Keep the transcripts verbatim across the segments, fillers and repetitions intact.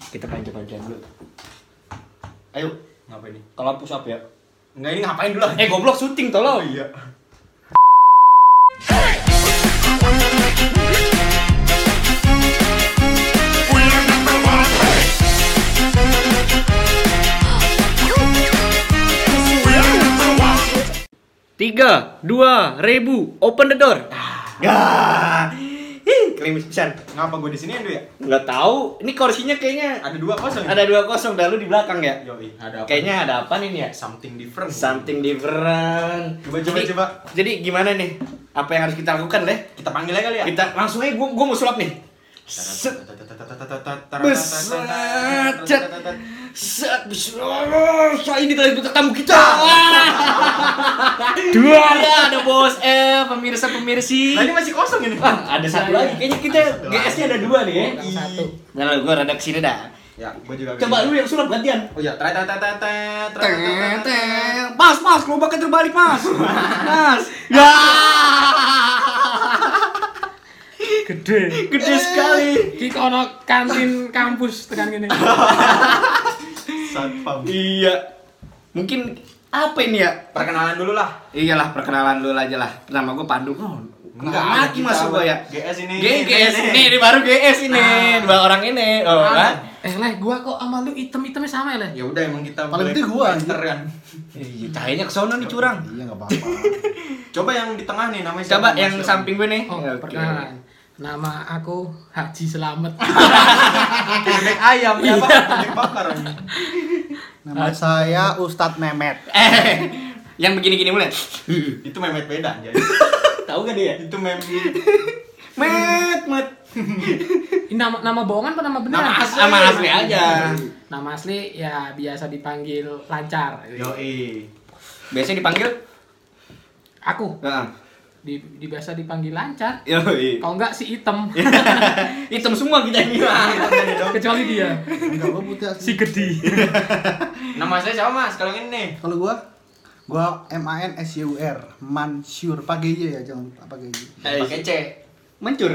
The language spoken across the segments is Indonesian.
Kita panjang-panjang dulu. Ayo, ngapain nih? Kalau push up ya. Enggak, ini ngapain dulu? Eh goblok syuting tolong. Oh iya. Tiga, dua, ribu, open the door. Gah, ih, klimis pisan. Ngapa gue di sini Ando ya? Nggak tahu. Ini kursinya kayaknya Ada dua kosong. ada dua kosong. Dan lu di belakang ya. Yoi, ada apa? Kayaknya ada apa nih ya? Something different. Something different. Coba, coba, Jadi- coba. Jadi gimana nih? Apa yang harus kita lakukan deh? Kita panggil aja kali ya. Kita langsung aja. Gua, gua mau sulap nih. Set, set, bismillah. Ini tadi untuk tamu kita. Dua. Ya, ada bos eh pemirsa pemirsi. Nah, ini masih kosong ini. Wah, ada satu Ya, lagi. ya. Kayaknya kita Ada satu G S-nya lagi. ada dua nih ya. Kurang satu. Nah, gua rada kesini dah. Ya, gue juga. Coba lu yang sulap gantian. Oh iya, tet tet tet tet tet. Teng, mas, mas, gerobaknya terbalik, mas. Mas. Ya. Gede. Gede sekali. Ki kono kantin kampus tekan kene. Satpam. Iya. Mungkin apa ini ya? Perkenalan dulu lah. Iyalah, perkenalan dulu aja lah. Nama gue Pandu. Oh, Enggak, lagi kita masuk gue ya. G S ini. G GS ini, ini baru G S ini. Dua orang ini. Oh, kan? Eh, Leh, gua kok sama lu item-itemnya sama ya, Leh? Ya udah emang kita Paling boleh gede gua, master kan. Iya, cahayanya ke sono nih curang. Iya nggak apa-apa. Coba yang di tengah nih namanya siapa? Coba Mas? yang Siapa? samping gue nih. Oh, Oke. perkenalan. Nama aku Haji Selamet. Bebek ayam ya, Pak. Bebek bakar. Nama saya Ustadz Mehmet. Eh, yang begini-gini mulai. Itu memet beda jadi. Tahu gak dia? Itu mem Met, met. Ini nama nama bohongan apa nama beneran? Nama asli. Sama asli aja. Nama asli ya biasa dipanggil Lancar. Yoi. Biasanya dipanggil? Aku Heeh. di, di biasa dipanggil Lancar. Yoi. Kalau enggak si Item. Hitam semua kita ini. Kecuali dia. Enggak gua putih asli. Si Gede. Nama saya siapa Mas? Kalau yang ini nih. Kalau gua gua M A N S Y U R, Mansur, pakai Y ya, jangan pakai Y. Pakai C. Mancur.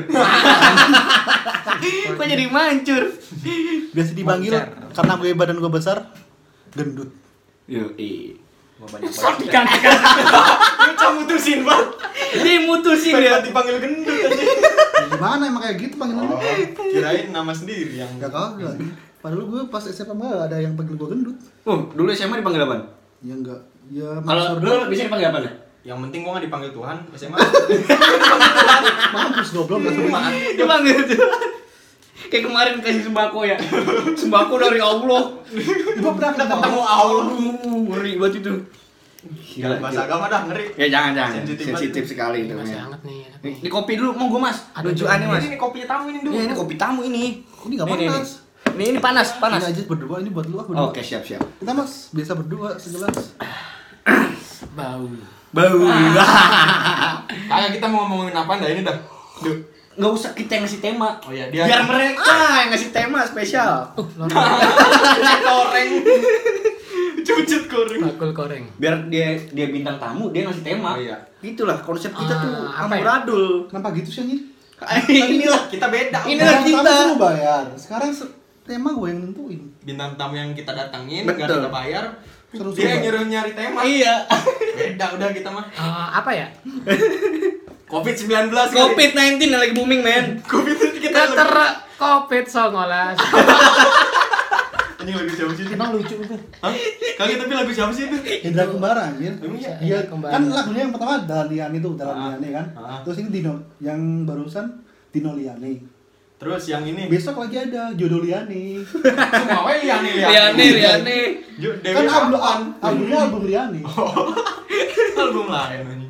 Kok jadi mancur? Biasa dipanggil Moncer. karena gue badan gua besar, gendut. Yoi. Gua banyak Sok banget. digantikan. Kita mutusin banget. Dia mutusin Pengen ya. dipanggil gendut aja. Ya, gimana emang kayak gitu panggilannya? Oh, kirain nama sendiri yang Enggak kagak. Padahal gue pas S M A nggak ada yang panggil gua gendut. Oh, dulu S M A dipanggil apa? Ya enggak. Ya Kalau dulu bisa dipanggil apa? yang penting gua nggak dipanggil Tuhan S M A. mampus goblok enggak semua. Dipanggil tuh. Kayak kemarin kasih sembako ya. Sembako dari Allah. Gua pernah Ketemu Allah. Aduh, ngeri banget itu. Gila, bahasa agama dah ngeri. Ya jangan jangan. Sensitif Sensitif, banget. sekali itu. Masih ya. hangat nih. enak Ini, nih. ini kopi dulu, mau gue mas. Ada Tujuannya mas. Ini nih kopinya tamu ini dulu. Iya ini kopi tamu ini. Ini nggak Nih, nih, panas. Ini ini panas panas. Ini aja berdua, ini buat lu ah berdua. Oke siap siap. Kita Mas biasa berdua segelas. Bau. Bau. Kayak kita mau ngomongin apa dah ini dah. Duh. Nggak usah kita yang ngasih tema. Oh iya, dia Biar mereka yang ngasih tema spesial. Uh, cucut koreng. Cucut koreng. bakul koreng. Biar dia dia bintang tamu, dia ngasih tema. Oh iya. Itulah konsep kita Ah, tuh apa ya? amburadul. Kenapa gitu sih anjing? Inilah Kita beda. Inilah Bintang kita. tamu lu bayar. Sekarang se- tema gue yang nentuin. Bintang tamu yang kita datangin Betul. enggak kita bayar. Terus Dia coba. nyuruh nyari tema. Iya. Beda udah kita mah. Eh, apa ya? covid sembilan belas covid sembilan belas yang lagi booming men. Covid itu kita Ter Covid songolas. Ini lagu siapa sih? itu? Emang lucu itu. Hah? Kagak tapi lagu siapa sih itu? Indra Kembara anjir. Emang iya? Iya, Kembara. kan lagunya yang pertama Daliani itu, Daliani kan. Ah. Terus ini Dino, yang barusan Dino Liani. Terus yang ini Besok lagi ada Jodoh Liani. semua we Liani Liane Liane. Ju- Dewi Kan album Kapan? albumnya album Liani. Album lain ini.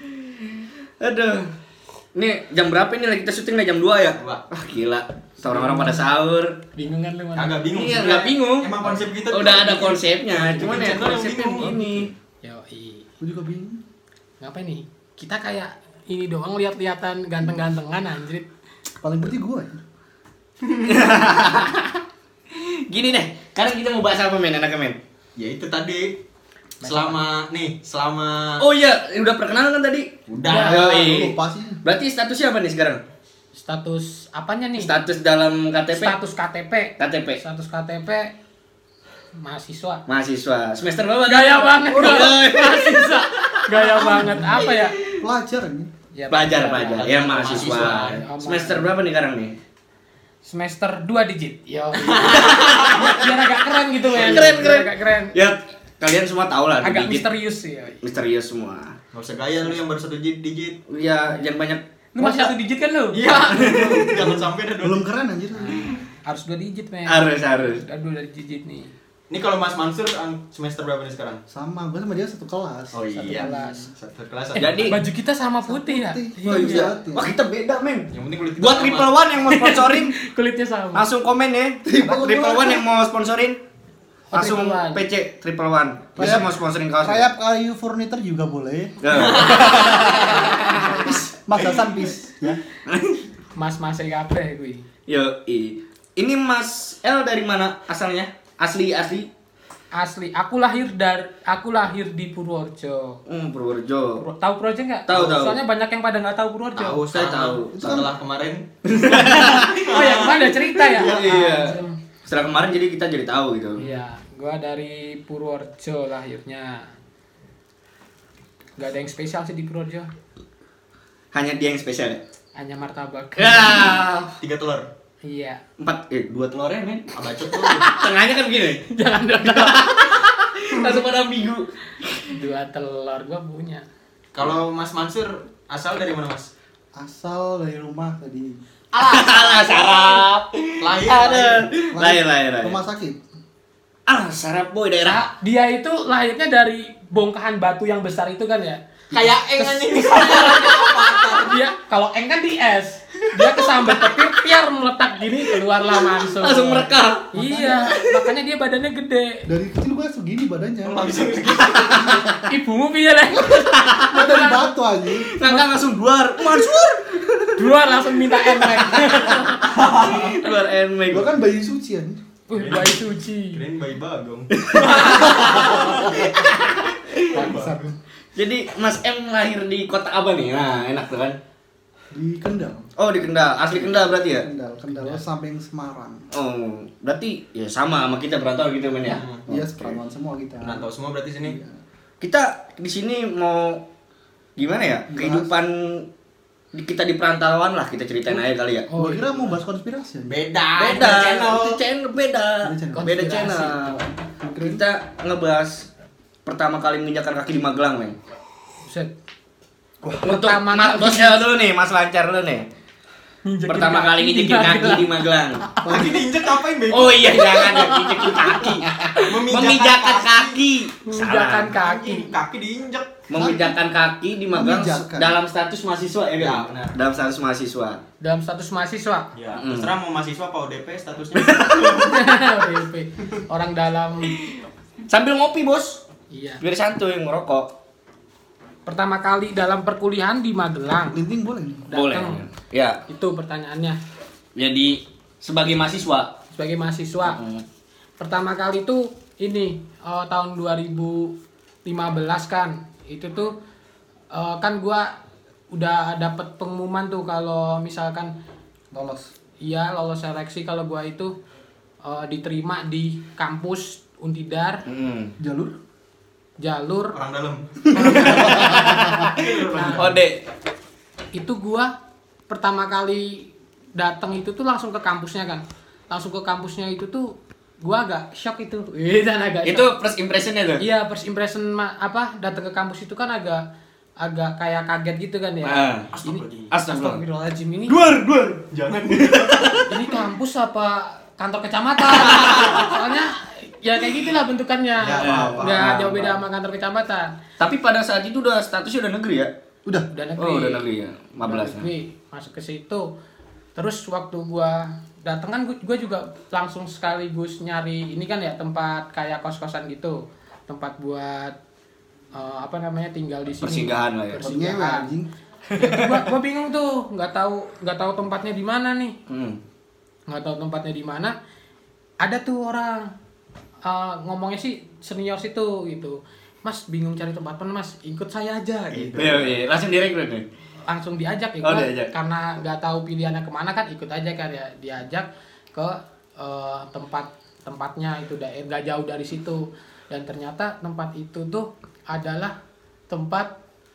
Aduh. Nih jam berapa ini lagi kita syuting nih jam dua ya? Dua. Wah gila. Orang-orang pada sahur. Bingung kan lu mana? Kagak bingung. Iya, sebenarnya. nggak bingung. Emang konsep kita tuh Udah ada bikin- konsepnya, cuman bikin ya channel yang konsepnya bingung. begini. Yoi. Gue juga bingung. Ngapain nih? Kita kayak ini doang lihat-lihatan ganteng-gantengan anjir. Paling putih gue. Gini deh, sekarang kita mau bahas apa men, enaknya men? Ya itu tadi selama nih, selama Oh iya, udah perkenalan kan tadi? udah Yoi. Lupa sih. Berarti statusnya apa nih sekarang? Status apanya nih? Status dalam K T P. Status K T P. K T P. Status K T P mahasiswa. Mahasiswa. Semester berapa? Gaya banget Oh, gua. iya. Mahasiswa. Gaya banget. Apa ya? Pelajar ini. Ya, Pelajar, pelajar. Ya, mahasiswa. Mahasiswa. Semester berapa nih sekarang nih? Semester dua digit. Yo. Biar agak keren gitu ya. Keren, keren. Agak keren. Ya, kalian semua tahu lah. Agak digit. misterius sih. Ya. Misterius semua. Gak usah gaya lu yang baru satu digit. digit. Ya, yang banyak. Lu masih satu digit kan lu? Iya. Jangan sampai dah dua. Belum keren anjir. Harus dua digit, men. Harus, harus. Udah dua digit nih. Ini kalau Mas Mansur ang- semester berapa nih sekarang? Sama, gue sama dia satu kelas. Oh Satu iya. kelas. Satu kelas. Eh, Jadi- baju kita sama putih ya? Putih. Oh iya. Putih. Wah, kita beda, men. Yang penting kulit kita Buat sama. Triple One yang mau sponsorin, Kulitnya sama. langsung komen ya. Triple Triple One. One yang mau sponsorin, Oh, langsung Triple One. P C Triple One. Bisa Kayak- mau sponsorin kaos. Kayak kayu furniture juga boleh. Ya. Pis, Mas Hasan pis ya. Mas-mas kabeh kuwi. Yo, i. Ini Mas L dari mana asalnya? Asli asli. Asli, aku lahir dari aku lahir di Purworejo. Hmm, Purworejo. Pur- Tahu Purworejo enggak? Tahu, tahu. Soalnya banyak yang pada nggak tahu Purworejo. Tahu, Saya sekarang. tahu. Setelah kemarin. Oh ya, kemarin ada cerita ya? Iya. Ah, Setelah kemarin jadi kita jadi tahu gitu. Iya, gua dari Purworejo lahirnya. Gak ada yang spesial sih di Purworejo. Hanya dia yang spesial ya. Hanya martabak. Ya. Tiga telur. Iya. Empat eh dua telurnya, men. Abacot tuh. Tengahnya kan begini. Jangan dong. Langsung pada ambigu. Dua telur gua punya. Kalau Mas Mansur asal dari mana Mas? Asal dari rumah tadi. Alah, sarap. Lahir. Ada. lahir. Lahir, lahir, lahir. Rumah sakit. Ah, sarap boy daerah. Dia itu lahirnya dari bongkahan batu yang besar itu kan ya. Kayak eng anjing. Dia kalau eng kan di es. Dia kesambet petir, piar meletak gini keluarlah Mansur. Langsung merekah. Iya, makanya dia badannya gede. Dari kecil gua segini badannya. Langsung Ibumu piye leh? Dari batu aja. Kakak langsung duar. Mansur. Dua langsung minta emek. Duar enmek. Gua kan bayi suci kan. Wih, bayi suci. keren bayi bagong. Bangsat. Jadi Mas M lahir di kota apa nih? Nah, enak tuh kan. Di Kendal. Oh, di Kendal. Asli Kendal berarti ya? Kendal, Kendal samping Semarang. Oh, berarti ya sama sama kita berantau gitu men ya. Iya, seperangkat semua kita. Rantau semua berarti sini. Iya. Kita di sini mau gimana ya? Kehidupan di- kita di perantauan lah kita ceritain aja kali ya. Oh, Gua kira mau bahas konspirasi. Beda. Beda, channel. itu channel beda. Beda channel. Beda Konspirasi. channel. Kita ngebahas pertama kali menginjakkan kaki di Magelang, men. Buset. Untuk Pertama Mas kali- Bos L dulu nih, Mas Lancar dulu nih. Nginjekin Pertama kaki kali di nginjekin kaki Magelang. di Magelang. Lagi diinjek ngapain, Bego? Oh iya, jangan ya nginjekin kaki. Memijakan kaki. Menginjakkan Salah. kaki. Kaki diinjek. Memijakan kaki di Magelang Memijakan. dalam status mahasiswa ya kan? Ya, benar. Dalam status mahasiswa. Dalam status mahasiswa. Ya, Mm. terserah mau mahasiswa apa O D P statusnya. O D P. Orang dalam. Sambil ngopi, Bos. Iya. Biar santuy ngerokok. Pertama kali dalam perkuliahan di Magelang. Linting boleh nih. Boleh. Datang. Ya. Itu pertanyaannya. Jadi sebagai mahasiswa. Sebagai mahasiswa. Hmm. Pertama kali itu ini eh, tahun dua ribu lima belas kan. Itu tuh eh, kan gua udah dapet pengumuman tuh kalau misalkan Lolos. iya lolos seleksi kalau gua itu eh, diterima di kampus Untidar Hmm. Jalur. jalur. Orang dalam. Nah, Ode. itu gua pertama kali datang itu tuh langsung ke kampusnya kan. Langsung ke kampusnya itu tuh gua agak shock itu. Iya, dan agak Itu shock. first impressionnya tuh. Iya, first impression ma- apa datang ke kampus itu kan agak agak kayak kaget gitu kan ya. Ah. Ini Astagfirullahaladzim. Astagfirullahaladzim ini. Duar, duar. Jangan. Ini kampus apa kantor kecamatan? Soalnya ya kayak gitulah bentukannya. Ya, apa-apa. Nggak jauh beda sama kantor kecamatan. Tapi pada saat itu udah statusnya udah negeri ya? Udah. Udah negeri. Oh, udah negeri ya. lima belas. Udah negeri, masuk ke situ. Terus waktu gua datang kan gua, gua juga langsung sekaligus nyari ini kan ya tempat kayak kos-kosan gitu. Tempat buat eh, apa namanya tinggal di sini. Persinggahan lah ya. Buat ngewe anjing. Itu gua, gua bingung tuh, nggak tahu nggak tahu tempatnya di mana nih. Hmm. Nggak tahu tempatnya di mana. Ada tuh orang eh, ngomongnya sih senior situ gitu. Mas bingung cari tempat mana mas, ikut saya aja gitu. Iya, iya, langsung direkrut nih. langsung diajak ya Oh, gua diajak. karena nggak tahu pilihannya kemana kan ikut aja kan ya, diajak ke eh, tempat tempatnya itu daerah nggak jauh dari situ, dan ternyata tempat itu tuh adalah tempat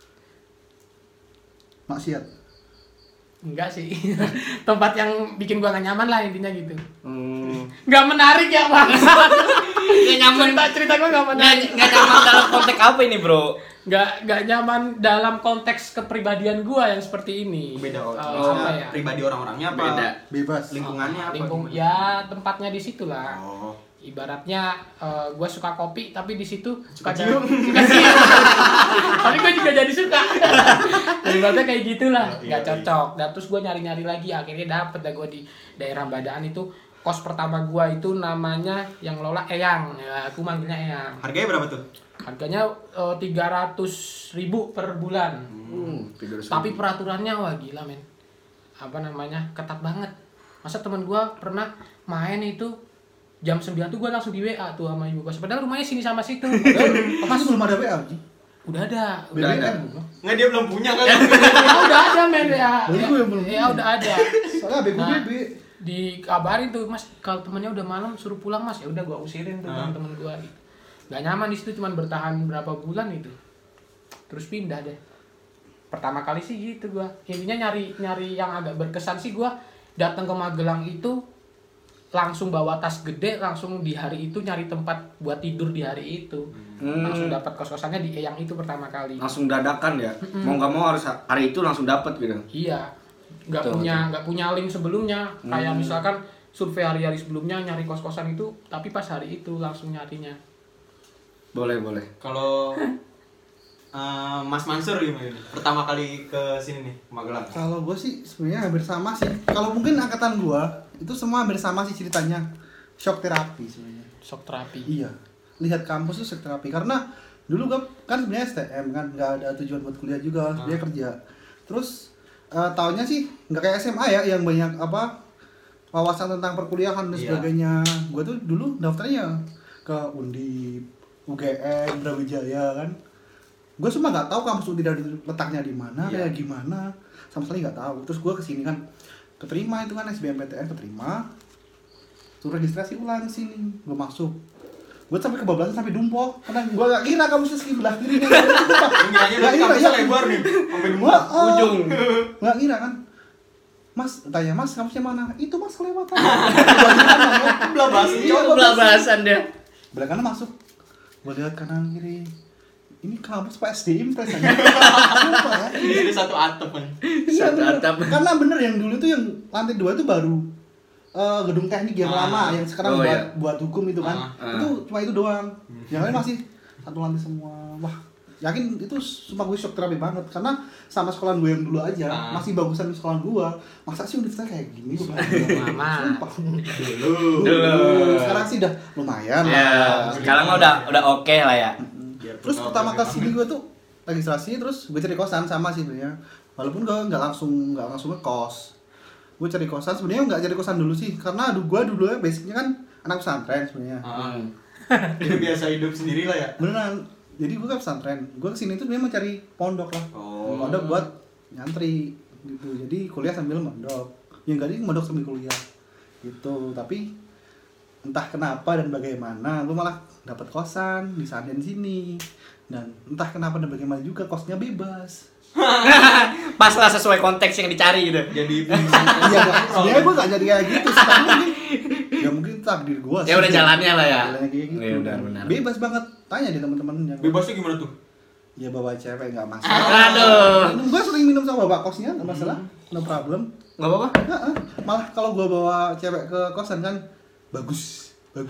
Maksiat. enggak sih tempat yang bikin gua gak nyaman lah intinya gitu. Hmm. Nggak menarik ya bang. Nggak nyaman. cerita cerita gua nggak Nggak menarik. nggak nyaman dalam konteks apa ini, Bro? nggak nggak nyaman dalam konteks kepribadian gua yang seperti ini. Beda Eh, oh, apa ya? pribadi orang-orangnya apa? Beda. Bebas. Lingkungannya apa? Lingkung ya tempatnya di situ lah. Oh. Ibaratnya eh, gua suka kopi tapi di situ Suka pada- cium. suka cium. Tapi gua juga jadi suka. Ibaratnya kayak gitulah, Oh, iya, nggak cocok. Dan terus gua nyari-nyari lagi, akhirnya dapet dah gua di daerah Badaan itu. Kos pertama gua itu namanya yang ngelola Eyang. Ya, aku manggilnya Eyang. Harganya berapa tuh? Harganya tiga ratus ribu per bulan. Hmm, tiga ratus. Tapi peraturannya wah gila men. Apa namanya? Ketat banget. Masa teman gua pernah main itu jam sembilan tuh gua langsung di W A tuh sama ibu gua. Padahal rumahnya sini sama situ. Padahal Mas belum ada W A Ji? udah ada. Udah ada. Nggak, dia belum punya kan? Ya udah ada men ya. Baru gua yang belum Ya udah ada. Soalnya bego Nah, bebe. dikabarin tuh Mas kalau temennya udah malam suruh pulang Mas. Ya udah gua usirin tuh Ah. teman-teman gua gitu. Gak nyaman di situ, cuman bertahan berapa bulan itu. Terus pindah deh. Pertama kali sih gitu gua. Intinya nyari nyari yang agak berkesan sih gua datang ke Magelang itu langsung bawa tas gede, langsung di hari itu nyari tempat buat tidur di hari itu. Hmm. Langsung dapat kos-kosannya di Eyang itu pertama kali. Langsung dadakan ya. Mau nggak mau harus hari itu langsung dapat gitu. Iya. Nggak Betul, punya nggak punya link sebelumnya. Kayak Hmm. misalkan survei hari-hari sebelumnya nyari kos-kosan itu, tapi pas hari itu langsung nyarinya. Boleh, boleh. Kalau eh, Mas Mansur gimana nih? Pertama kali ke sini nih, ke Magelang. Kalau gue sih sebenarnya hampir sama sih. Kalau mungkin angkatan gue itu semua hampir sama sih ceritanya. Shock terapi sebenarnya. Shock terapi. Iya. Lihat kampus tuh shock terapi karena dulu gue kan sebenarnya S T M kan nggak ada tujuan buat kuliah juga, sebenarnya kerja. Terus eh tahunnya sih nggak kayak S M A ya yang banyak apa wawasan tentang perkuliahan dan Iya. sebagainya. Gue tuh dulu daftarnya ke Undip, U G M, Brawijaya kan. Gue cuma nggak tahu kampus Undip letaknya di mana, Iya. kayak gimana, sama sekali nggak tahu. Terus gue kesini kan keterima itu kan S B M P T N keterima. Terus registrasi ulang sini, gue masuk. Gue sampai kebablasan sampai Dumpo, karena gue gak kira kampusnya sebelah kiri nih. Kiranya Nggak dari kira, kampusnya ya. lebar nih, sampai di Gua, oh, Ujung. Gak kira kan. Mas, tanya mas kampusnya mana? Itu mas kelewatan. Gua kira namanya. belah bahasa. Iya, gua Coba masuk. bahasan dia. Belah kanan masuk. Gue lihat kanan kiri. Ini kampus Pak S D Impres aja. Sumpah. Jadi satu atap kan. Iya, Satu bener. atap. Karena bener yang dulu tuh yang lantai dua itu baru eh, gedung teknik yang Ah. lama yang sekarang Oh, buat iya. buat hukum itu kan. Ah. Itu cuma itu doang. Yang lain masih satu lantai semua. Wah, yakin itu sumpah gue shock terapi banget karena sama sekolahan gue yang dulu aja Ah. masih bagusan sekolahan gue. Masa sih universitas kayak gini gue Mama. Sumpah. Dulu. Dulu. Sekarang sih udah lumayan Ya, lah. sekarang mah udah udah oke lah ya. Biar Terus tahu pertama bagaimana. kali sini gue tuh registrasi terus gue cari kosan sama sih sebenarnya. Walaupun gue nggak langsung nggak langsung ke kos. Gue cari kosan sebenarnya nggak cari kosan dulu sih karena aduh gue dulu ya basicnya kan anak pesantren sebenarnya. Ah, Hmm. Jadi biasa hidup sendiri lah ya. Beneran. Jadi gue kan pesantren. Gue kesini tuh sebenarnya mau cari pondok lah. Oh. Pondok buat nyantri gitu. Jadi kuliah sambil mondok. Yang enggak sih mondok sambil kuliah. Gitu. Tapi entah kenapa dan bagaimana gue malah dapat kosan di sana dan sini. Dan entah kenapa dan bagaimana juga kosnya bebas. Pas lah sesuai konteks yang dicari gitu. Jadi Iya, Bang. Sebenarnya gue gak jadi kayak gitu sih, tapi mungkin ya mungkin takdir gue sih. Ya udah jalannya lah ya. Jalannya kayak gitu. Iya, benar, benar. Bebas banget. Tanya di teman-teman yang bebasnya gimana tuh? ya bawa cewek gak masalah. Aduh. Gue sering minum sama bapak kosnya, gak masalah. No problem. Enggak apa-apa? Heeh. Malah kalau gue bawa cewek ke kosan kan bagus. Bagus.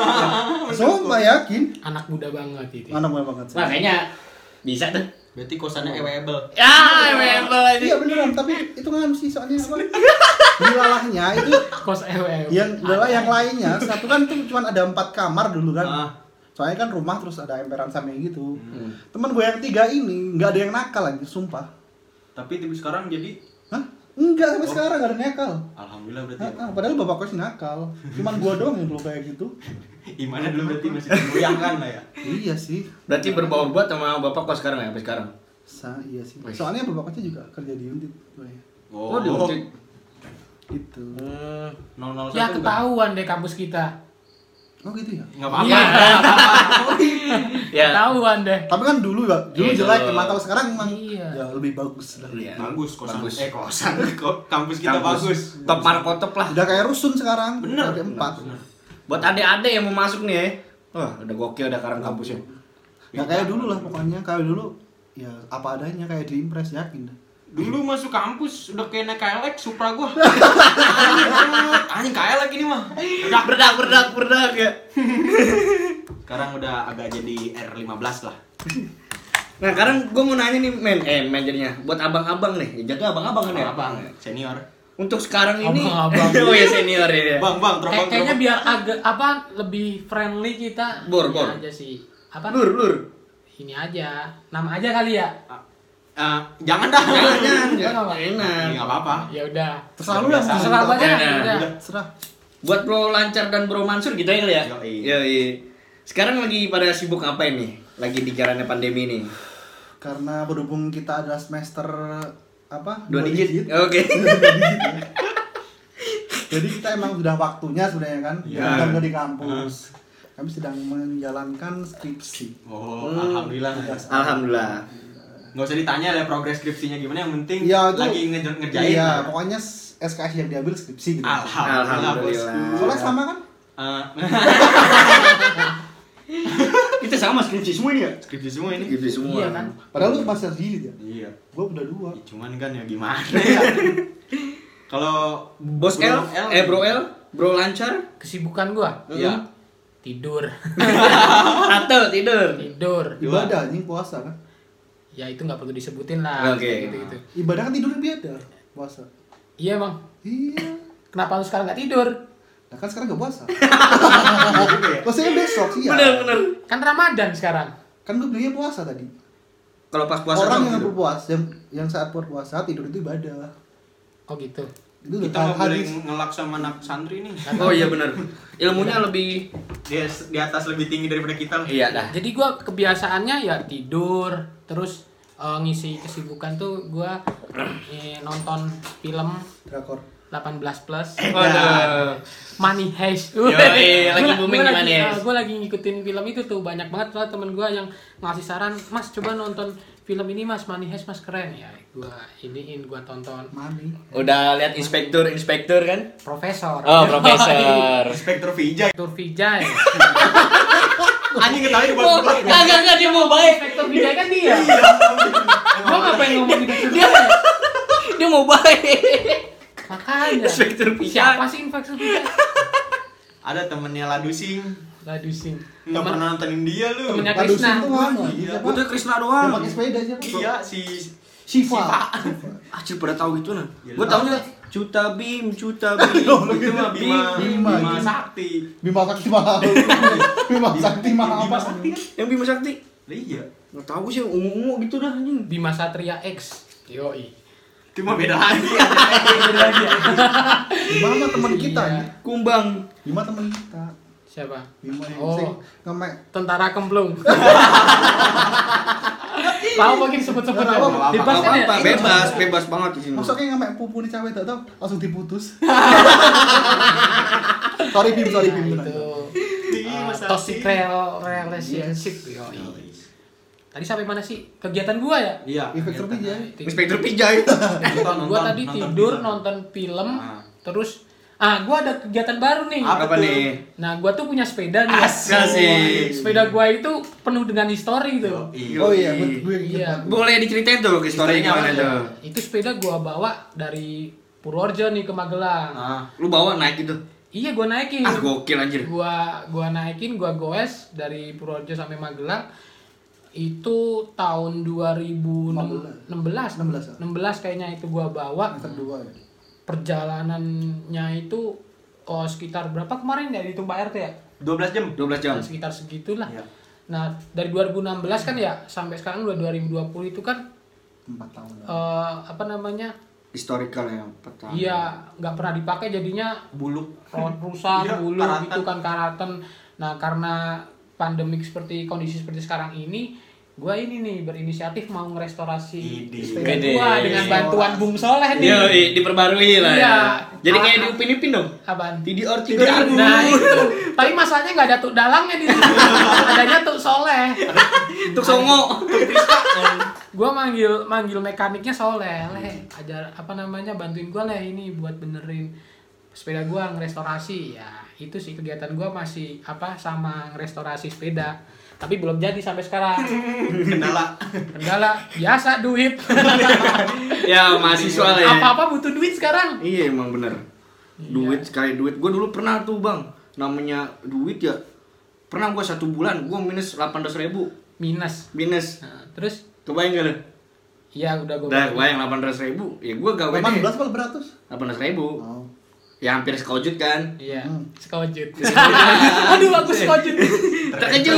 Sumpah yakin. Anak muda banget itu. Anak gue banget. Wah, kayaknya bisa tuh. Berarti kosannya available. Ya, mebel aja. Iya beneran, tapi itu kan sih soalnya apa? Wilayahnya itu Kos E W. yang adalah yang lainnya satu kan tuh cuma ada empat kamar dulu kan. Ah. Soalnya kan rumah terus ada emperan samping gitu. Hmm. Temen gue yang tiga ini nggak ada yang nakal lagi, sumpah. Tapi tipe sekarang jadi Hah? Enggak sampai Oh. sekarang nggak ada yang nakal. alhamdulillah berarti. Ah, ah, padahal bapak kos nakal. Cuman gue doang yang belum kayak gitu. Gimana dulu berarti masih goyang kan lah ya. Iya sih. Berarti berbaur buat sama bapak kok sekarang ya, sampai sekarang. Sa iya sih. Wih. Soalnya bapaknya juga kerja di Untit. Boy. Oh, di Untit. Gitu. Hmm. nol nol Ya satu ketahuan deh kampus kita. Oh gitu ya. Enggak apa-apa. Iya. Ya. Ketahuan deh. Tapi kan dulu ya, dulu Iya, jelek, dulu. emang kalau sekarang emang Iya. ya lebih bagus lah. Iya. Bagus kosan. Bagus. Eh kosan. Kok kampus kita bagus. Top markotop lah. Udah kayak rusun sekarang. Bener. Ada empat. Bener. Buat adik-adik yang mau masuk nih ya. Wah, udah gokil udah sekarang kampusnya. Ya kayak dulu lah pokoknya, kayak dulu ya apa adanya kayak di Impress, yakin dah. Dulu masuk kampus udah kayak naik K L X Supra gua. Anjing K L X ini mah. Udah Berdak, berdak, berdak ya. sekarang udah agak jadi R lima belas lah. Nah, sekarang gue mau nanya nih, men, eh, men jadinya, buat abang-abang nih, jatuh abang-abang kan ya? Abang, senior. Untuk sekarang ini, Abang-abang. oh ya senior ya. Bang, bang, Kayak- terbang, Kayaknya terbang. biar agak apa lebih friendly kita. Bor, ini bor. aja sih. Apa? Lur, lur. Ini aja. Nama aja kali ya. Ah, jangan dah. Jangan, jangan, Enggak, jangan. enggak. Enak. Enggak apa-apa. Ya udah. Terserah lu lah. Biasa. mau Terserah ngomong aja. Ya, Ya udah. udah. Terserah. Buat Bro Lancar dan Bro Mansur gitu ya kali ya? Yoi. Yoi. Sekarang lagi pada sibuk ngapain nih? Lagi di jalannya pandemi nih. Karena berhubung kita adalah semester apa? Dua digit. Dua Oke. digit ya. Jadi kita emang sudah waktunya sebenarnya kan. Ya. Kita udah di kampus. Kami sedang menjalankan skripsi. Oh, Hmm. alhamdulillah. Alhamdulillah. Nggak usah ditanya lah progres skripsinya gimana, yang penting Iya, itu- lagi ngejar ngerjain. Iya, pokoknya S K S yang diambil skripsi gitu. Alhamdulillah, bos. Alhamdulillah. Soalnya sama kan? Eh, Kita sama skripsi semua ini ya? skripsi semua ini. Skripsi semua. Iya kan? Padahal lu masih harus digit ya. Iya. Gua udah dua. Ya, cuman kan ya gimana ya. Kalau Bos L, eh Bro L, Bro Lancar. Kesibukan gua Iya. tidur. Satu, tidur. Tidur. Ibadah anjing puasa kan. Ya itu nggak perlu disebutin lah. Oke. Gitu gitu. Ibadah kan tidur beda puasa. Iya bang. Iya. Kenapa lu sekarang nggak tidur? Nah kan sekarang gak puasa. Puasanya besok sih ya. Bener, bener. Kan Ramadan sekarang. Kan gue bilangnya puasa tadi. Kalau pas puasa Orang doang yang gitu. berpuasa, yang, yang saat berpuasa tidur itu ibadah. Oh gitu. Itu udah kita nggak boleh hadis. ngelak sama anak santri nih. Oh iya bener. Ilmunya lebih. Dia di atas lebih tinggi daripada kita. Iya dah. Jadi gua kebiasaannya ya tidur, terus eh, ngisi kesibukan tuh gua eh, nonton film Drakor. delapan belas plus. Waduh. Money Heist. Yoi, lagi Gua- booming gua di lagi, Money Heist. eh, gua lagi ngikutin film itu tuh, banyak banget soalnya temen gua yang ngasih saran, "Mas, coba nonton film ini Mas, Money Heist Mas, keren." Ya, gua iniin, gua tonton. Mani. Udah lihat inspektur inspektur kan? Profesor. Oh profesor. Inspektur Vijay. Inspektur Vijay. Anjing ketahui buat Oh, buat. kagak kagak dia mau baik. Inspektur Vijay kan dia. Gua ngapain ngomong Inspektur Dia Vijay? dia mau baik. Makanya. Inspektur Vijay. Siapa sih Inspektur Vijay? Ada temennya Ladusing. Ladusing. Nggak Temen- pernah nontonin dia lu. temennya Lalu Krishna. situ mana? Iya. Siapa? Udah Krisna Yang doang. pakai sepeda siapa? Iya si Siva. Acil pada tahu gitu nah. Ya, Gua lu taunya Cuta Bim, Cuta Bim. itu mah Bima, Bima. Bima Sakti. Bima Sakti mahal. Bima Sakti mahal Bima apa? Sakti kan? Yang Bima Sakti. Lah iya. Nggak tahu sih ungu-ungu gitu dah anjing. Bima Satria X. Yoi. Itu mah beda lagi. Bima mah teman kita Iya. ya. Kumbang. Bima teman kita. Siapa? Bima yang Oh. sing ngemek. Tentara Kemplung. Mau mungkin sebut-sebut Nggak ya? apa-apa. Bebas kan ya? Apa, bebas, bebas banget di sini. Masuknya ngemek pupu nih cewek tak tahu langsung diputus. Sorry Bim, sorry Bim. Nah, itu Bima uh, Sakti. toxic rel- relationship. Yoi. Tadi sampai mana sih? Kegiatan gua ya? Iya. Inspektur ternyata. Vijay. Inspektur Pijay. Nonton, Gua nonton, tadi nonton tidur film. nonton film, Ah. terus ah gua ada kegiatan baru nih. Apa Apa tuh? nih? Nah, gua tuh punya sepeda nih. ya. Asik. Sepeda gua itu penuh dengan histori tuh. Iya. Oh iya, gue gue Iya. Boleh diceritain tuh historinya Historinya gimana apa tuh? Itu sepeda gua bawa dari Purworejo nih ke Magelang. Ah. Lu bawa naik gitu. Iya, gua naikin. Ah gokil anjir. Gua gua naikin, gua goes dari Purworejo sampai Magelang. Itu tahun dua ribu enam belas enam belas ya? enam belas kayaknya itu gua bawa. semester dua ya. Perjalanannya itu oh sekitar berapa kemarin ya dihitung Pak R T ya? dua belas jam. dua belas jam. Nah, sekitar segitulah. Iya. Nah, dari dua ribu enam belas kan ya sampai sekarang udah dua ribu dua puluh itu kan Empat tahun. eh, apa namanya? Historical yang pertama. Iya, nggak pernah dipakai jadinya Buluk. rawat rusak, Iya, bulu karatan. gitu kan karatan. Nah, karena pandemik seperti kondisi seperti sekarang ini, gua ini nih berinisiatif mau ngerestorasi Ide. sepeda Ide. gua dengan bantuan Bung Soleh nih. Iya, i- diperbarui lah. Iya. Ya. Jadi kayak Ah, di Upin Ipin dong. Apaan? T D R tiga ribu. Nah itu, tapi masalahnya nggak ada tuk dalangnya di situ, adanya tuk Soleh. Untuk songo. Gua manggil manggil mekaniknya Soleh, leh ajar apa namanya bantuin gua leh ini buat benerin sepeda gua ngerestorasi. Ya itu sih kegiatan gua masih apa sama ngerestorasi sepeda, tapi belum jadi sampai sekarang. Kendala. Kendala biasa duit. Ya mahasiswa lah ya. Apa-apa butuh duit sekarang. Iya emang bener. Duit sekali duit. Gue dulu pernah tuh bang, namanya duit ya. Pernah gue satu bulan gue minus delapan ratus ribu. Minus. Minus. Nah, terus Kebayang gak lo? iya udah gua. Udah kebayang delapan ratus ribu. Ya gue gawe delapan deh. belas apa beratus? delapan ratus ribu. Oh. Ya hampir sekojut kan. Iya, Hmm. sekojut. Aduh aku sekojut. Terkejut.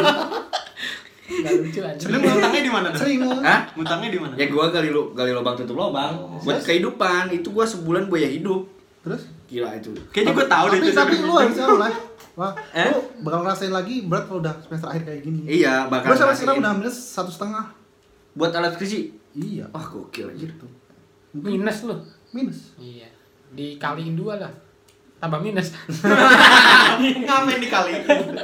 Enggak lucu aja. Sebelum ngutangnya di mana? Dok? Sering lu. Hah? Ngutangnya di mana? Ya gue gali lu gali lubang tutup lubang. Buat kehidupan itu gue sebulan biaya hidup. Terus? Gila itu. Kayaknya gue tahu deh Tapi itu. tapi lu harus tahu lah. Wah, Eh? lu bakal ngerasain lagi berat kalau udah semester akhir kayak gini. Iya bakal. Gue sampai ngerasain. sekarang udah minus satu setengah. Buat alat skripsi. Iya. Wah gokil aja. Gitu. Minus lu. Minus. Iya. Dikaliin dua lah. Tambah minus. Ngapain dikali?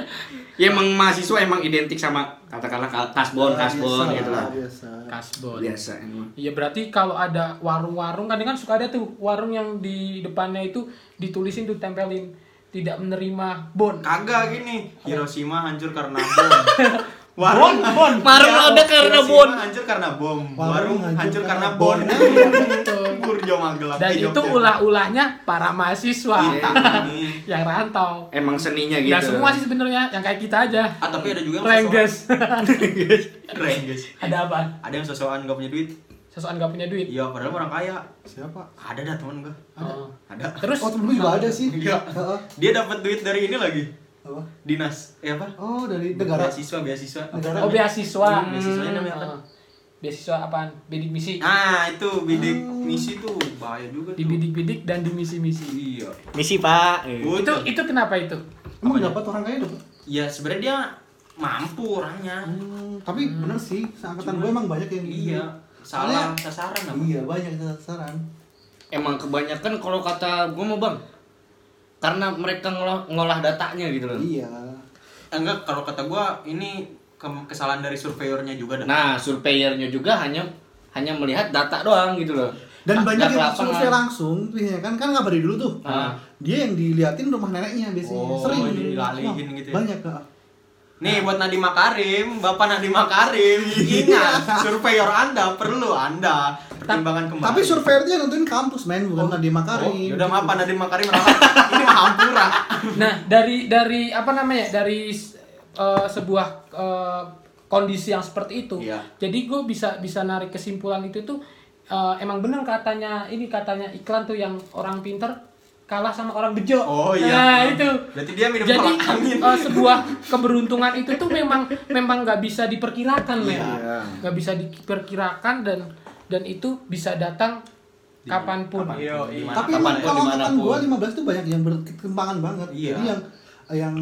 Ya emang mahasiswa emang identik sama katakanlah ka- kasbon, kasbon Biasa, gitu lah. Biasa. Kasbon. Biasa emang. Iya berarti kalau ada warung-warung kan kan suka ada tuh warung yang di depannya itu ditulisin tuh tempelin tidak menerima bon. Kagak gini. Hiroshima hancur karena bom. Bon, bon. Marun Ya, ada karena Hiroshima bon. hancur karena bom. Warung Warung hancur hancur karena karena bon. Betul. Burjo Magelang. Dan Eh, itu Jogja. ulah-ulahnya para mahasiswa Kita nih. yang rantau. Emang seninya gitu. Nggak semua sih sebenarnya, yang kayak kita aja. Ah, tapi ada juga yang Rengges. sosokan. Rengges. Ada apa? Ada yang sosokan gak punya duit. Sosokan nggak punya duit. Iya, padahal orang kaya. Siapa? Ada dah teman gua. Oh. Ada. Terus Oh, temen gue juga ada sih. Iya. Heeh. Dia dapat duit dari ini lagi. Apa? Dinas. Eh apa? Oh, dari negara. Beasiswa, beasiswa. Negara. oh beasiswa. Hmm, beasiswanya namanya apa? Oh. Beasiswa apaan? Bidik misi. Ah, itu bidik misi tuh bahaya juga tuh. Dibidik-bidik dan dimisi-misi. Iya. Misi pak. Oh, Itu itu kenapa itu? Emang Apanya? dapat orang kaya dapat. Ya sebenarnya dia mampu orangnya. Hmm, tapi bener sih, seangkatan gue emang banyak yang gini. Iya. Salah Soalnya- sasaran apa? Iya, banyak yang sasaran. Emang kebanyakan kalau kata gue mau bang, karena mereka ngolah, ngolah datanya gitu loh. Iya. Eh, enggak, kalau kata gua ini ke- kesalahan dari surveyornya juga dah. Nah surveyornya juga hanya hanya melihat data doang gitu loh. Dan Ah, banyak nggak ke yang lapangan. survei langsung, biasanya kan kan ngabari dulu tuh. Ah. Dia yang diliatin rumah neneknya biasanya. Oh, Sering dilalihin Wah, gitu ya? Banyak, Kak. Nih buat Nadiem Makarim, Bapak Nadiem Makarim, ingat surveyor Anda perlu Anda pertimbangan kembali. Tapi surveyor dia nentuin kampus, men, bukan Nadiem Makarim. Oh, udah maaf Pak Nadiem Makarim ralat. Ini mah hampura. Nah, dari dari apa namanya? Dari eh, sebuah eh, kondisi yang seperti itu. Iya. Jadi gue bisa bisa narik kesimpulan itu tuh eh, emang bener katanya ini katanya iklan tuh yang orang pinter kalah sama orang bejo. Oh iya. Nah, itu. Berarti dia minum Jadi kolak angin. eh, sebuah keberuntungan itu tuh memang memang nggak bisa diperkirakan, men. Iya. Nggak bisa diperkirakan dan dan itu bisa datang kapanpun. Iya, iya. Tapi Kapan emang pun, kalau angkatan dimanapun. gua lima belas tuh banyak yang berkembangan banget. Iya. Jadi yang yang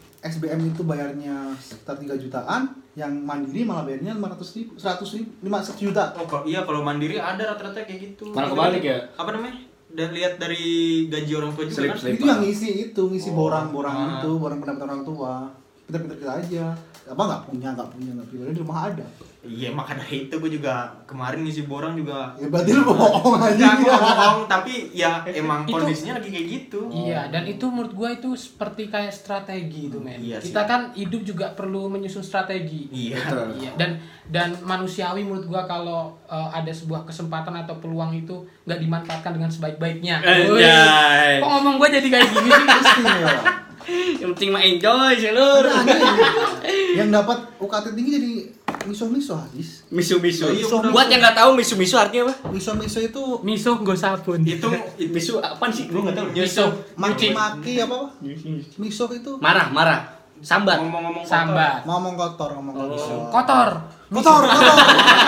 S B M itu bayarnya sekitar tiga jutaan, yang mandiri malah bayarnya lima ratus ribu, seratus ribu, lima ratus juta. Oh, kalau iya kalau mandiri ada rata-rata kayak gitu. Malah kebalik ya? Apa namanya? Dan lihat dari gaji orang tua juga Slip, kan. slip. Itu yang ngisi itu, ngisi Oh, borang-borang ah. itu, borang pendapatan orang tua. Pinter-pinter kita aja. Apa nggak punya, nggak punya, nggak punya, di rumah ada. Iya, makanya itu gue juga kemarin ngisi borang juga. Ya berarti lu bohong aja. Enggak, gue bohong, tapi ya emang Itu- kondisinya lagi kayak gitu. Iya, dan itu menurut gua itu seperti kayak strategi itu, men. Iya sih. Kita kan hidup juga perlu menyusun strategi. Iya. Betul. Iya, dan dan manusiawi menurut gua kalau uh, ada sebuah kesempatan atau peluang itu nggak dimanfaatkan dengan sebaik-baiknya. Woi, Anjay. kok ngomong gua jadi kayak gini sih? Istimewa. Yang penting mah enjoy seluruh. Nah, aneh. Yang dapat U K T tinggi jadi miso-miso habis. Misu-misu. Oh, iya, udah. Buat yang nggak tahu misu-misu artinya apa? Miso-miso itu Miso nggo sabun. Itu Misu apaan sih? gue nggak tahu. Miso. maki-maki apa apa? Miso itu Marah, marah. Sambat. Ngomong-ngomong kotor. Sambat. ngomong kotor, ngomong kotor. Kotor. Kotor, kotor.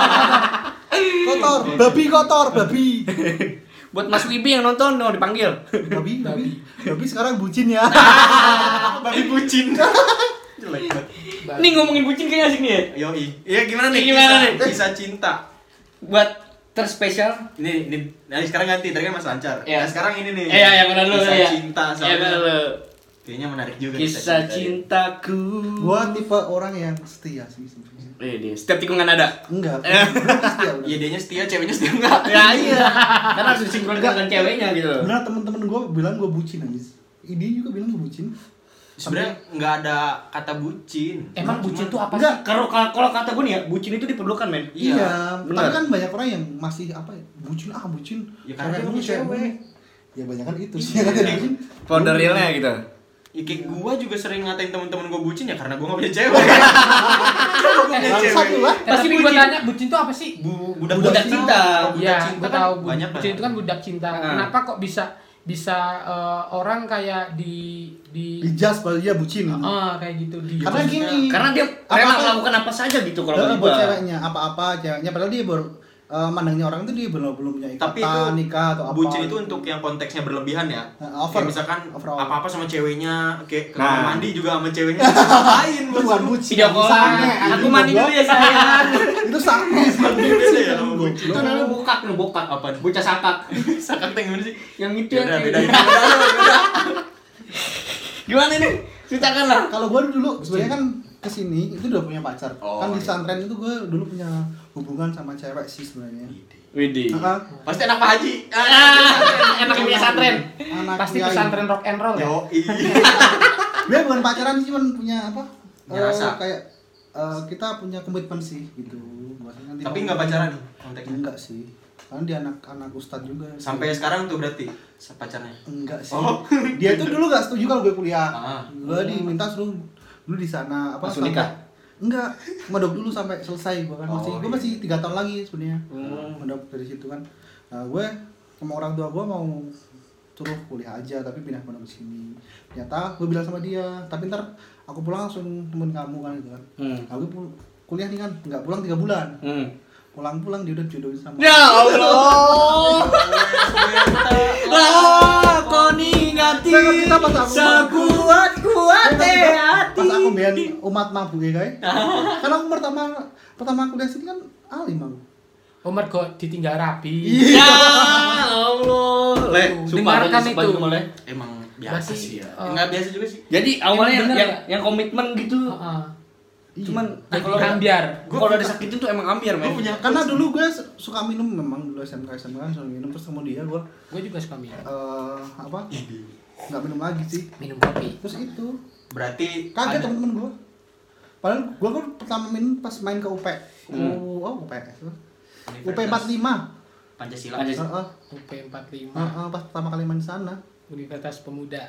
Kotor, babi kotor, babi. Buat Mas Wibi yang nonton dong dipanggil. Babi, babi. Babi sekarang bucin ya. Babi bucin. Jelek banget. Ini ngomongin bucin kayaknya asik nih ya. Yoi. Iya gimana nih? Gimana kisah, nih? Kisah cinta. Buat terspesial. Ini ini nah sekarang ganti, tadi kan Mas Lancar. Iya. Nah, sekarang ini nih. Eh, yang mana dulu Kisah ya? cinta Iya, soalnya. mana dulu. Kayaknya menarik juga Kisah ya. cintaku. Gua tipe orang yang setia sih sebenarnya. Eh, dia setiap tikungan ada. Enggak, Eh. bener setia udah. Iya, dianya setia, ceweknya setia enggak? Ya iya. Karena harus disinkronkan dengan ceweknya gitu loh. Bener temen-temen gue bilang gue bucin anjir. Dia juga bilang gue bucin. Sebenarnya enggak ada kata bucin. Emang bucin tuh apa Enggak, sih? kalau kalau kata gue nih ya, bucin itu diperlukan, men. Iya, Iya, bener. tapi kan banyak orang yang masih apa ya? Bucin ah bucin. Ya, karena dia Cewek punya mulu, cewek cewek. mulu. Ya banyak kan itu sih yang ada bucin. For the realnya gitu. Ya, kayak gua juga sering ngatain temen-temen gua bucin ya karena gua gak punya cewek. Gua punya Bangsat cewek. lu lah. Eh, tapi gue tanya, bucin tuh apa sih? Bu, Budak budak, cinta. Oh, budak Iya, cinta gue kan tahu. bu- banyak Bucin kan? itu kan budak cinta. Ah. Kenapa kok bisa bisa eh, orang kayak di di Dijas kalau dia bucin. Ah, kayak gitu di Karena gini. Karena dia Apa-apa- rela melakukan apa saja gitu kalau Kalau bagi buat gua. ceweknya apa-apa ceweknya padahal dia baru eh, mandangnya orang itu dia belum belum punya ikatan Tapi itu nikah atau apa. bucin itu gitu. untuk yang konteksnya berlebihan ya. Nah, over. Kayak misalkan Overall. apa-apa sama ceweknya, kayak ke Nah. kamar mandi juga sama ceweknya. Ngapain itu bos? bukan bucin. Video call. Sange, Aku anjing, mandi dulu goblok. ya sayang. Itu sange. Beda ya sama bucin. Itu namanya bokak, nih bokak. Apa? Bocah sakak. Sakak teng gimana sih? Yang itu Ya yang udah kayak beda gitu. itu. Beda, beda. Gimana nih? Ceritakan lah. Kalau gue dulu sebenarnya kan kesini itu udah punya pacar. Oh, kan di iya. pesantren itu gue dulu punya hubungan sama cewek sih sebenarnya. Widih. Heeh. Pasti anak Pak Haji. Ah, enak punya pesantren. Anak pasti kiai. pesantren rock and roll ya. Yo, Dia bukan pacaran sih, cuman punya apa? Punya Eh, rasa. kayak eh, kita punya komitmen sih gitu. Maksudnya nanti Tapi kalau- nggak pacaran konteksnya. Enggak sih. Karena dia anak-anak ustad juga. Sampai sekarang tuh berarti pacarnya. Enggak sih. Oh. Dia tuh dulu gak setuju kalau gue kuliah. Ah. Gue diminta suruh dulu di sana apa Langsung sampai- nikah? Enggak, medok dulu sampai selesai gue kan masih Oh, gue iya. masih tiga tahun lagi sebenarnya. Hmm. Medok dari situ kan. Nah, gue sama orang tua gue mau suruh kuliah aja tapi pindah ke sini. Ternyata gue bilang sama dia, tapi ntar aku pulang langsung temen kamu kan gitu kan. Hmm. Nah, gue pul- kuliah nih kan, nggak pulang tiga bulan. Hmm. Pulang-pulang dia udah jodohin sama. Ya Allah. Lah, kau ningati Saya ngerti apa, Pak? sekuat kuat hati. Pas aku biar umat mabuk ya guys. Karena aku pertama pertama kuliah sini kan alim aku. Umar kok ditinggal rapi. Ya Allah. Leh, sumpah Dengarkan ada itu. itu. Boleh. Emang biasa Berarti, sih ya. oh. Enggak biasa juga sih. Jadi awalnya Emang bener yang, ya? yang komitmen gitu. Heeh. Cuman Nah, kalau ambiar. kalau udah disakitin tuh emang ambiar, men. Gue punya Karena dulu gue suka minum memang dulu S M K S M K kan suka minum terus kemudian gue Gue juga suka minum. eh apa? Nggak minum lagi sih. Minum kopi. Terus itu berarti kaget ada- temen-temen gue. Padahal gue kan pertama minum pas main ke U P. Hmm. Oh, oh U P. U P Universitas empat puluh lima. Pancasila. Pancasila. Heeh. U P empat puluh lima. Heeh, pas pertama kali main di sana. Universitas Pemuda.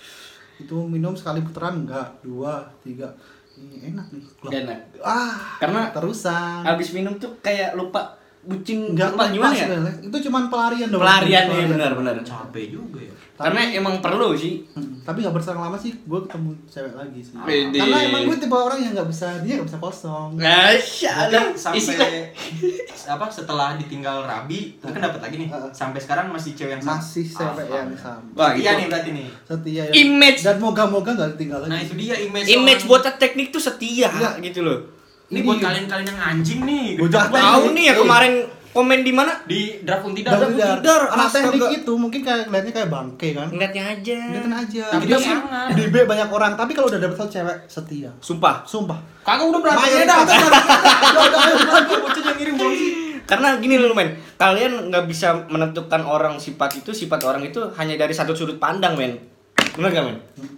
Itu minum sekali putaran enggak, dua, tiga. Ini enak nih. Loh. Enak. Ah, Karena terusan. Habis minum tuh kayak lupa bucin, Enggak lupa gimana ya? sebenarnya. Itu cuman pelarian doang. Pelarian nih, benar-benar. Capek juga ya. Karena emang perlu sih. Hmm, tapi nggak berselang lama sih gue ketemu cewek lagi sih. Wede. Karena emang gue tipe orang yang nggak bisa, dia nggak bisa kosong. Masya Allah. Sampai Istilah. apa setelah ditinggal Rabi, itu kan dapat lagi nih. Heeh. Sampai sekarang masih cewek yang sama. Masih cewek Ah, yang ah. sama. Wah, Iya itu. nih berarti nih. Setia ya. Image. Dan moga-moga nggak ditinggal lagi. Nah, itu dia image. Image orang- buat teknik tuh setia Iya. gitu loh. Ini buat kalian-kalian yang anjing nih. Bocah Gede Tahu banget. nih ya kemarin komen di mana? Di draft Untidar. Dan Udah, udah, udah, anak astaga. teknik itu mungkin kayak ngeliatnya kayak bangke kan. Ngeliatnya aja. Ngeliatin aja. Tapi Dia dia sih sangat. di B banyak orang, tapi kalau udah dapet satu cewek setia. Sumpah. Sumpah. Kagak udah berapa Mayoritas- ya dah. Udah, udah, udah. Bocah yang ngirim belum sih? Karena gini loh men, kalian nggak bisa menentukan orang sifat itu, sifat orang itu hanya dari satu sudut pandang men. Benar gak men?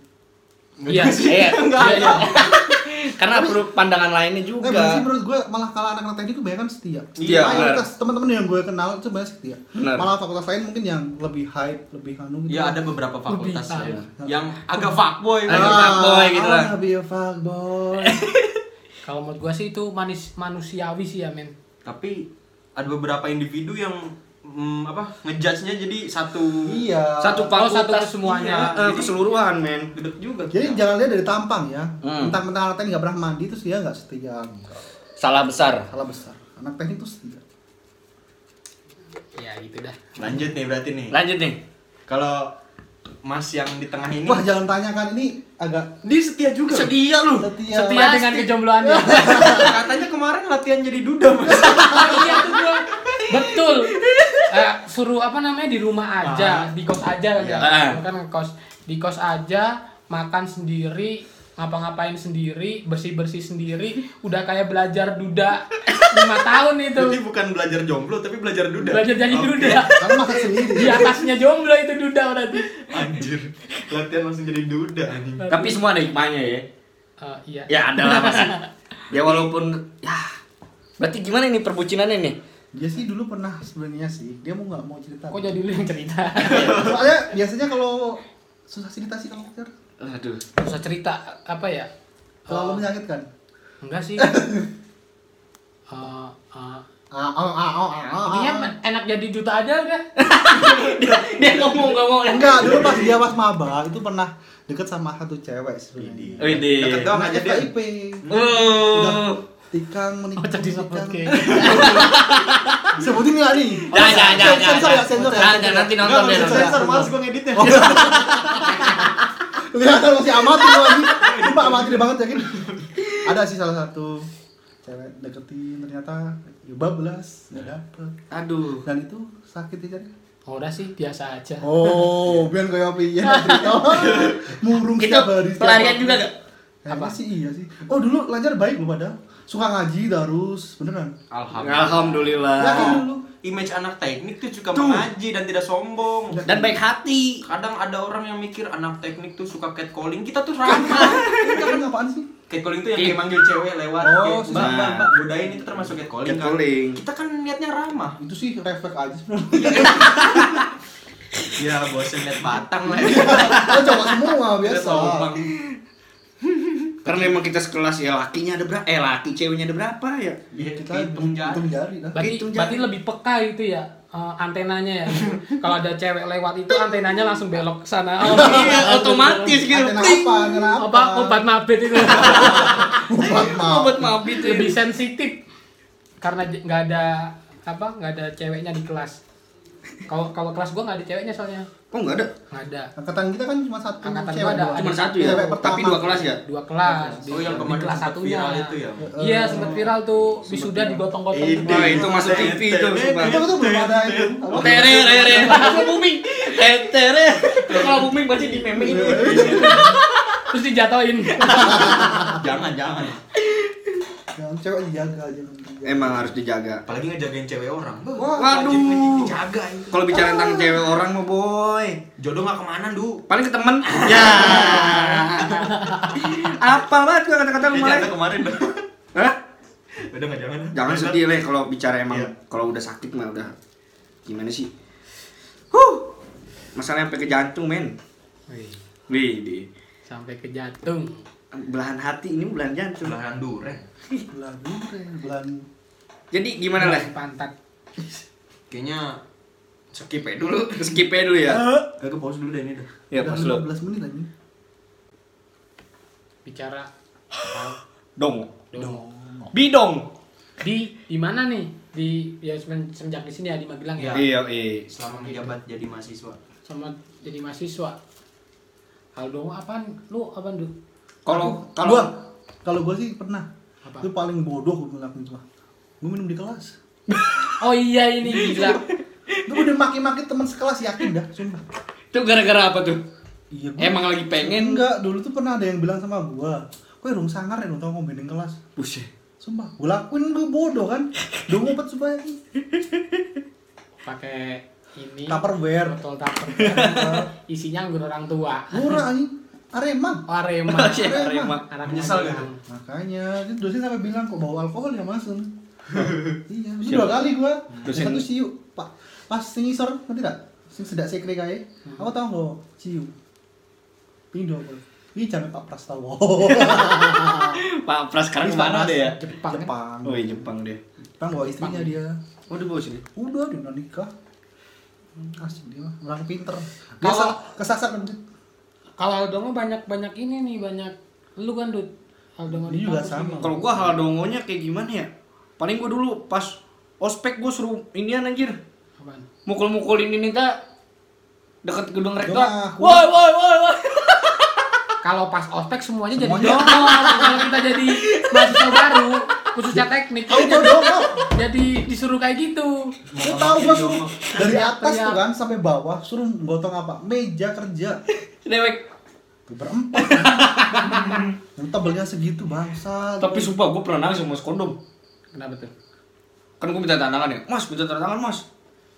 Iya. Iya. Enggak Iya, ada. iya. Karena perlu pandangan lainnya Eh, juga. bener sih menurut gue malah kalau anak-anak teknik itu banyak kan setia. Iya, Mayoritas teman-teman yang gue kenal itu banyak setia. Benar. Malah fakultas lain mungkin yang lebih hype, lebih anu gitu. Ya ada beberapa fakultas Lebih ya, tahu. yang agak fuckboy. Agak fuckboy gitu lah. Ah, be a fuckboy. Kalau menurut gua sih itu manis manusiawi sih ya, men. Tapi ada beberapa individu yang mm, apa ngejudge-nya jadi satu Iya. Satu Oh, satu fakultas semuanya. iya, eh, keseluruhan men. gede juga. Jadi jangan lihat dari tampang ya. Hmm. Mentang-mentang anak teknik nggak pernah mandi terus dia nggak setia. Enggak. Salah besar. Salah besar. Anak teknik tuh setia. Ya gitu dah. Lanjut nih berarti nih. Lanjut nih. Kalau Mas yang di tengah ini. Wah, jangan tanyakan, ini agak Dia setia juga. loh. Sedia lu. setia. Setia dengan kejombloannya. Katanya kemarin latihan jadi duda, Mas. Iya tuh gua. Betul. Eh, suruh apa namanya di rumah aja, di kos aja kan ya. Ah. Kan kos di kos aja, makan sendiri, ngapa-ngapain sendiri, bersih-bersih sendiri, udah kayak belajar duda lima tahun itu. Jadi bukan belajar jomblo tapi belajar duda. Belajar jadi Oke. duda. Karena masak sendiri. Di atasnya jomblo itu duda berarti. Anjir. Latihan langsung jadi duda anjing. Tapi semua ada hikmahnya ya. Eh, iya. Ya ada lah pasti. Ya walaupun ya berarti gimana ini perbucinannya nih? Dia sih dulu pernah sebenarnya sih, dia mau nggak mau cerita. Kok jadi lu yang cerita? Soalnya biasanya kalau susah cerita sih kalau pacar, Aduh. Susah cerita apa ya? terlalu Eh, menyakitkan. enggak sih. Eh, eh, Ah, oh, ah, oh, ah, oh, intinya enak jadi duta aja udah. dia, dia ngomong ngomong. Enggak, dulu pas dia pas maba itu pernah deket sama satu cewek sebenarnya. Widih. Deket doang Anak aja dia. F K I P. Oh. Tikang menikah. Oh, jadi sebut menikah. kayak. Sebutin nggak nih? Jangan, jangan, jangan, Sensor ya, jangan. sensor ya. Jangan, sensor ya. nanti nonton Enggak, deh. bisa nonton. sensor, males gua ngeditnya. Kelihatan masih amatir lu lagi. Sumpah amatir banget yakin. Ada sih salah satu cewek deketin ternyata bablas nggak dapet. Aduh. Dan itu sakit ya. Oh, udah sih biasa aja. Oh, biar kayak piye cerita. Murung Itu setiap hari. setiap pelarian waktu. juga gak? Kayaknya Apa? sih iya sih. Oh dulu lancar baik lu padahal. Suka ngaji terus, beneran. Alhamdulillah. Alhamdulillah. Yakin dulu. Image anak teknik tuh suka Tuh. mengaji dan tidak sombong. Dan baik hati. Kadang ada orang yang mikir anak teknik tuh suka catcalling, kita tuh ramah. Itu kan apaan sih? Catcalling tuh yang Ih. kayak manggil cewek lewat Oh, kayak susah. mbak, mbak, mbak, godain itu termasuk catcalling kan. Catcalling. Kita kan niatnya ramah. Itu sih refleks aja sebenarnya. Ya bosen liat batang lah. Oh, coba semua biasa. Karena emang kita sekelas ya lakinya ada berapa? Eh laki ceweknya ada berapa ya? Iya, Kita hitung jari. hitung jari dah. Berarti, Hitung berarti jari. lebih peka itu ya eh, antenanya ya. Kalau ada cewek lewat itu antenanya langsung belok ke sana. Oh, Iya, otomatis gitu. Antena apa? Antena apa? Apa obat mabit itu. Obat mah. Obat mabit ya. Lebih sensitif karena j- nggak ada apa nggak ada ceweknya di kelas. Kalau kalau kelas gua nggak ada ceweknya soalnya. Kok enggak ada? Nggak ada. Angkatan kita kan cuma satu Angkatan cewek gua ada- doang. Cuma satu ya. Cewek pertama. Tapi dua kelas ya? Dua kelas. Di, Oh yang di kemarin kelas sempat satunya. viral itu ya. Iya, sempat viral tuh wisuda digotong-gotong. Ide. Wah, itu masuk T V itu sumpah. Itu itu belum ada itu. Apa? Tere tere. Kalau booming. Eh tere. Kalau booming pasti di meme ini. Terus dijatoin. Jangan, jangan. Yang cewek dijaga aja. Emang harus dijaga. Apalagi ngejagain cewek orang. Wah, Waduh. Wajib dijaga itu. Kalau bicara tentang cewek orang mah boy. Jodoh gak kemana, Du. Paling ke temen. Ya. Apa banget gua kata-kata Eh, kemarin. jangan kemarin, Du. Hah? Udah gak jangan. Jangan sedih leh kalau bicara emang Iya. kalau udah sakit mah udah gimana sih? Huh. Masalah sampai ke jantung, men. Wih, Wih, di sampai ke jantung. belahan hati ini belahan jantung. Belahan duren. Bulan dure, bulan Jadi gimana leh? Pantat. Kayaknya skip aja dulu. Skip aja dulu ya. Gak ke pause dulu deh ini dah. Ya udah pas lima lo. belas menit lagi. Bicara Dong. dong. Bidong. Di di mana nih? Di ya semen- semenjak di sini ya di Magelang ya. Iya. Iya, iya. Selama menjabat jadi mahasiswa. Sama jadi mahasiswa. Hal dong apaan? Lu apaan, Du? Kalau Gua, kalau kalau gua sih pernah. Apa? Itu paling bodoh gua ngelakuin itu. Gua minum di kelas. Oh iya ini gila. Itu udah maki-maki teman sekelas yakin dah, sumpah. itu gara-gara apa tuh? Iya, Emang lagi pengen? Enggak, dulu tuh pernah ada yang bilang sama gua, "Kowe rung sangar ya dong tau ngomongin kelas." Buset. Sumpah, gua lakuin gua bodoh kan. Udah ngumpet supaya Pakai ini Tupperware. botol Tupperware. Isinya anggur orang tua. Murah anjing. Arema. Oh, Arema. Iya, Arema. Anak Menyesal Magelang. Makanya, itu dosen sampai bilang kok bawa alkohol ya Mas. Iya, itu dua kali gua. Dosen- Satu siu, Pak. Pas singisor, ngerti enggak? Sing sedak sekre kae. Aku tahu kok ciu. Pindo aku. Ini jamnya Pak Prastawa. Pak Pras sekarang mana deh ya? Jepang. kan? Jepang. Oh iya Jepang dia. Jepang bawa istrinya dia. Oh udah bawa sini. Udah dia udah nikah. Asik dia mah, orang pinter. Dia Kalau- salah kesasar kan. Kalau Aldongo banyak-banyak ini nih, banyak lu kan, Dut. Aldongo Dia di juga kampus sama. ini. Kalau gua hal dongonya kayak gimana ya? Paling gua dulu pas ospek gua suruh inian anjir. Apaan? Mukul-mukulin ini tak Dekat gedung rektor. Cuma aku- Woi woi woi woi. Kalau pas ospek semuanya, jadi Semuanya. dongol. Kalau kita jadi mahasiswa baru, khususnya teknik, Auto dongol. jadi disuruh kayak gitu. Lu tahu gua suruh dari atas Teriak. tuh kan sampai bawah suruh gotong apa? Meja kerja. Dewek. Tuh, berempat. Yang tebelnya segitu bangsa. Tapi sumpah gue pernah nangis sama mas kondom. Kenapa tuh? Kan gue minta tanda tangan ya. Mas, minta tanda tangan, Mas.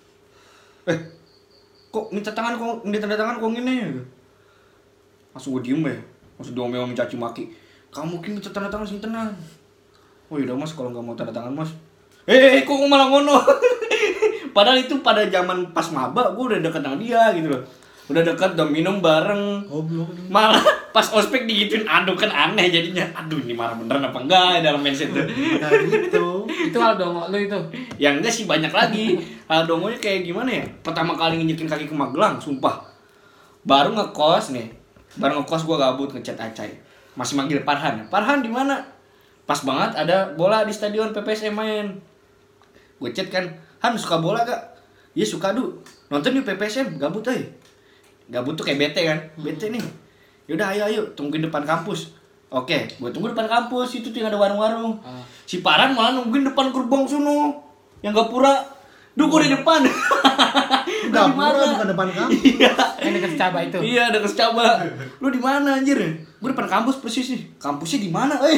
Eh, kok minta tangan kok minta tanda tangan kok gini ya? Langsung gue diem ya. Langsung diomel mencaci maki. Kamu mungkin minta tanda tangan sing tenang. Oh yaudah Mas, kalau nggak mau tanda tangan Mas. Eh, kok malah ngono? Padahal itu pada zaman pas maba gue udah deket sama dia gitu loh. Udah deket, udah minum bareng. Goblok ini. Malah pas ospek digituin, aduh kan aneh jadinya. Aduh ini marah beneran apa enggak dalam mindset tuh. Kayak gitu. Itu Aldo lu itu. Yang enggak sih banyak lagi. Aldomonya kayak gimana ya? Pertama kali nginjekin kaki ke Magelang, sumpah. Baru ngekos nih. Baru ngekos gua gabut ngechat Acai. Masih manggil Farhan. Farhan di mana? Pas banget ada bola di stadion P P S M main. Gue chat kan, "Han suka bola gak?" "Iya suka, Du. Nonton yuk P P S M, gabut aja." Gabut tuh kayak bete kan? Bete nih. Yaudah ayo ayo tungguin depan kampus. Oke, gue tunggu depan kampus, itu tuh yang ada warung-warung. Ah. Si Farhan malah nungguin depan gerbang sono. Yang Gapura. Duh, gue di depan. Lu Udah di mana? pura bukan depan kamu. Iya. Yang deket Caba itu. Iya, ada kescoba. Lu di mana anjir? Gue depan kampus persis nih. Kampusnya di mana, eh?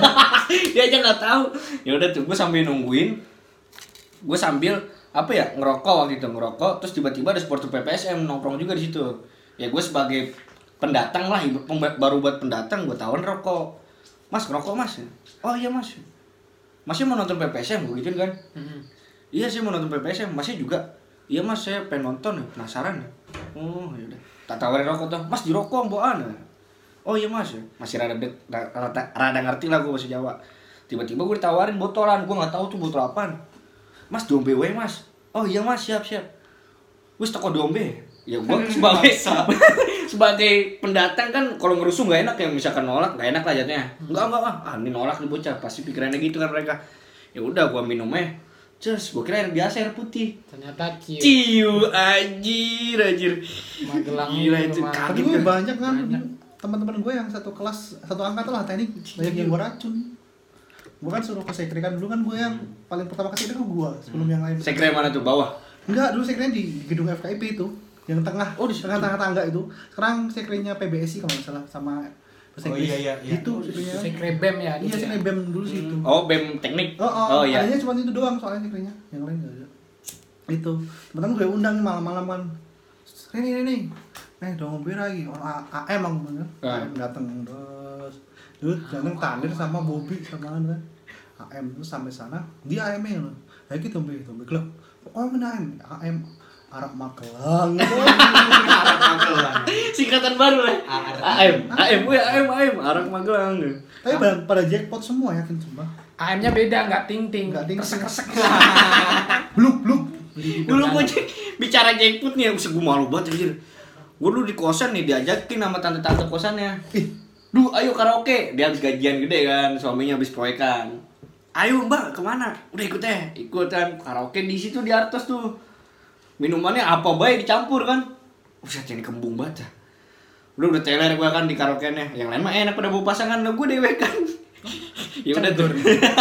Dia aja nggak tahu. Ya udah tuh, gue sambil nungguin. Gue sambil apa ya ngerokok waktu itu ngerokok, terus tiba-tiba ada supporter P P S M nongkrong juga di situ. Ya gue sebagai pendatang lah, ibu- pemba- baru buat pendatang, gue tawarin rokok. Mas ngerokok mas? Oh iya mas. Masnya mau nonton P P S M? Gue gituin kan. Mhm. Iya saya mau nonton P P S M. Masnya juga? Iya mas, saya pengen nonton ya, penasaran ya. Oh yaudah. Tak tawarin rokok tuh. Mas di rokok mbok ya. Oh iya mas. Masih rada dek, rada, rada ngerti lah gue bahasa Jawa. Tiba-tiba gue ditawarin botolan, gue nggak tahu tuh botol apaan. Mas dombe we mas. Oh iya mas, siap siap. Wis toko dombe. Ya gue sebagai sebagai pendatang kan kalau ngerusuh nggak enak ya, misalkan nolak nggak enak lah jadinya. Enggak enggak ah, ah ini nolak nih bocah, pasti pikirannya gitu kan mereka. Ya udah gue minumnya. Cus, gue kira air biasa, air putih. Ternyata ciu. Ciu anjir anjir. Magelang Gila itu itu mah. kaget Tapi gue kan. banyak kan Banyak. teman-teman gue yang satu kelas, satu angkatan lah teknik, banyak yang gue racun. Gue kan suruh ke sekre kan dulu kan gue yang paling pertama ke sekre kan gue sebelum yang lain. Sekre mana tuh bawah? Enggak, dulu sekrenya di gedung F K I P itu, yang tengah, Oh, di situ. tengah-tengah tangga itu. Sekarang sekrenya P B S I kalau nggak salah sama bahasa Oh, Inggris. iya, iya, iya. Itu sekrenya. Sekre BEM ya. Iya, dulu ya? sekre B E M dulu sih itu. Oh, B E M teknik. Oh, oh, Oh iya. adanya cuma itu doang soalnya sekrenya, yang lain nggak ada. Itu, teman-teman gue undang nih malam-malam kan. Ini ini nih. Eh, dong ngombe lagi. Orang A M aku bener. Ah. A M datang terus. Terus datang Tandir sama Bobby sama kan. A M terus sampai sana, dia A M-nya loh. Ayo kita ngombe, ngombe klub. Oh, mana A M? A M Arab Magelang. Arab Magelang. Singkatan baru lah. Arab. A M, A M, gue A M, A M, Arang Magelang. Tapi pada, pada jackpot semua ya kan cuma. A M-nya beda, nggak ting-ting. Nggak ting-ting. Resek-resek. Bluk bluk. Dulu gue j- bicara jackpot nih, gue malu banget anjir. Gue dulu di kosan nih diajakin sama tante-tante kosannya. Ih, Duh, ayo karaoke. Dia habis gajian gede kan, suaminya habis proyekan. Ayo mbak, kemana? Udah ikut deh, ikutan karaoke di situ di Artos tuh. Minumannya apa baik dicampur kan. Buset, ini kembung banget ya. Udah udah teler gue kan di karaoke-nya. Yang lain mah enak pada bawa pasangan, lah gue dewekan. Ya udah tuh.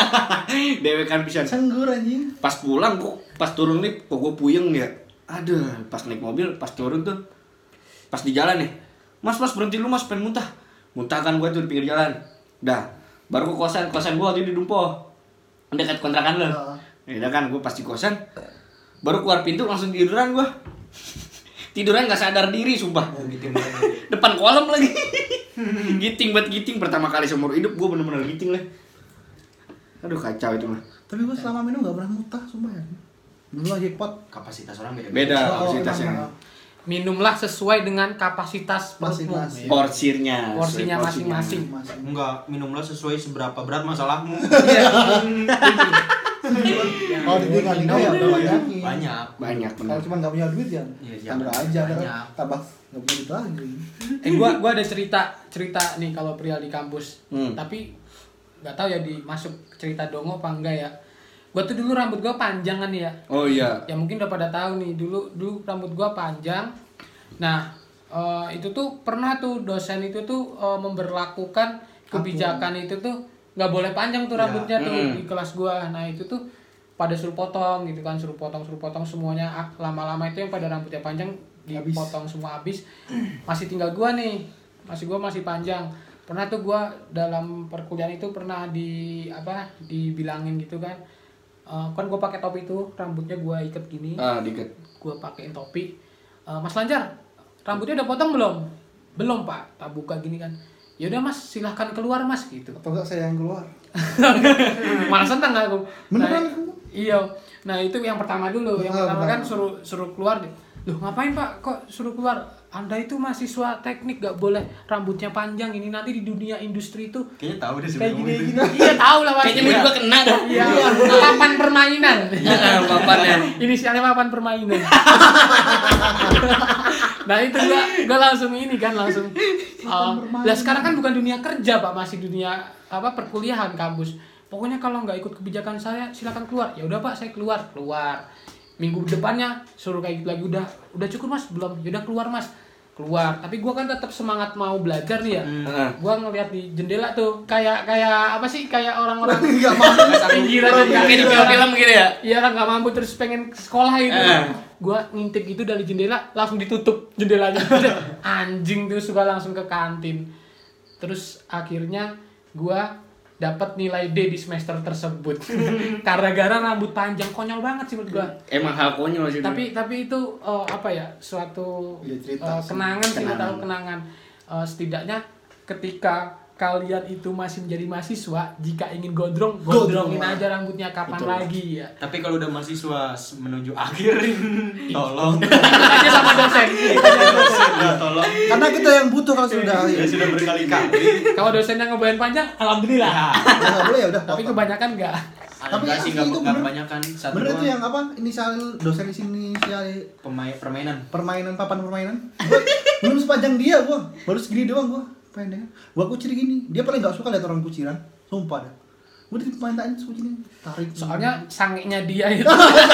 Dewekan bisa. cenggur anjing. Pas pulang kok, pas turun lift kok gue puyeng ya. Aduh, pas naik mobil, pas turun tuh. Pas di jalan nih. Mas, mas berhenti lu mas, pengen muntah. Muntah kan gue tuh di pinggir jalan. Dah, baru ke kosan, kosan gue waktu itu di Dumpo. Dekat kontrakan lo. Heeh. Ya udah kan, gue pas di kosan. Baru keluar pintu langsung tiduran gue. Tiduran gak sadar diri sumpah. Oh, gitu. Depan kolam lagi. Giting banget giting, pertama kali seumur hidup gue bener-bener giting lah. Aduh kacau itu mah. Tapi gue selama minum gak pernah muntah, sumpah ya. Dulu aja jackpot. Kapasitas orang beda. Beda Oh, kapasitasnya. emang, Minumlah sesuai dengan kapasitas perutmu. Masing-masing. Ya. Porsinya. Porsinya sesuai masing-masing. Masih. Enggak, minumlah sesuai seberapa berat masalahmu. Kalau ditinggal tinggal ya udah banyakin. Banyak. Banyak bener. Kalau cuma nggak punya duit ya, Iya, tambah jangan. aja, Banyak. kan tambah nggak punya duit lagi. Eh gua gua ada cerita cerita nih kalau pria di kampus. Hmm. Tapi nggak tahu ya dimasuk cerita dongo apa enggak ya. Gua tuh dulu rambut gua panjang kan ya. Oh iya. Ya mungkin udah pada tahu nih, dulu dulu rambut gua panjang. Nah, eh, itu tuh pernah tuh dosen itu tuh eh, memberlakukan kebijakan itu tuh nggak boleh panjang tuh Ya. rambutnya tuh Hmm. di kelas gua. Nah, itu tuh pada suruh potong gitu kan, suruh potong suruh potong semuanya. Ah, lama-lama itu yang pada rambutnya panjang dipotong semua habis. Masih tinggal gua nih. Masih gua masih panjang. Pernah tuh gua dalam perkuliahan itu pernah di apa? Dibilangin gitu kan. Eh, kan gua pakai topi tuh, rambutnya gua ikat gini. Ah, dikit. Gua pakein topi. Eh, Mas Lancar, rambutnya udah potong belum? Belum, Pak. Tak buka gini kan. Ya udah Mas, silahkan keluar Mas gitu. Atau enggak saya yang keluar? Malah seneng aku. Beneran? Nah, iya. Nah, itu yang pertama dulu. Yang Ah, pertama kan pertama. suruh suruh keluar. Loh, ngapain Pak? Kok suruh keluar? Anda itu mahasiswa teknik, gak boleh rambutnya panjang. Ini nanti di dunia industri itu Kayaknya tahu deh kayak sebelum gini itu. gini. Iya, tahu lah Mas. Kayaknya juga kena dah. Iya, papan permainan. Heeh, papannya. Inisialnya papan permainan. Nah itu gua gua langsung ini kan langsung. Uh, lah sekarang kan bukan dunia kerja Pak, masih dunia apa perkuliahan kampus. Pokoknya kalau nggak ikut kebijakan saya silakan keluar. Ya udah Pak, saya keluar keluar. Minggu depannya suruh kayak gitu lagi, udah udah cukup Mas belum? Ya udah keluar Mas. Keluar, tapi gua kan tetap semangat mau belajar nih ya. Heeh. Gua ngeliat di jendela tuh kayak kayak apa sih, kayak orang-orang Enggak mampu. pinggiran Kayak di film-film gitu ya. iya kan nggak mampu terus pengen ke sekolah gitu. Eh. Gua ngintip gitu dari jendela langsung ditutup jendelanya. Anjing tuh suka langsung ke kantin. Terus akhirnya gua dapat nilai D di semester tersebut. Karena gara rambut panjang, konyol banget sih menurut gua. Emang hal konyol sih. Tapi tapi itu eh, apa ya? Suatu Ya, cerita eh, sih. kenangan sih, Kenangan. tahu kenangan. Eh, setidaknya ketika kalian itu masih menjadi mahasiswa, jika ingin gondrong, gondrongin Gondrong. aja rambutnya kapan Betul. lagi ya. Tapi kalau udah mahasiswa menuju akhir, tolong. Aja sama dosen. Udah tolong. Karena kita yang butuh kalau sudah Ya ya. sudah berkali-kali. Kalau dosennya ngebayar panjang, alhamdulillah. Ya nggak boleh ya udah. Tapi kebanyakan enggak. Tapi Enggak sih, asli enggak itu enggak bener. kebanyakan. Satu Bener itu doang. yang apa? Inisial dosen di sini inisial Pemain permainan. permainan papan permainan. Gua belum sepanjang dia gua. Baru segini doang gua. Pendek. Gua kucir gini. Dia paling enggak suka lihat orang kuciran. Sumpah dah. Gua dipermaintain kucirnya tarik. Soalnya sangenya dia itu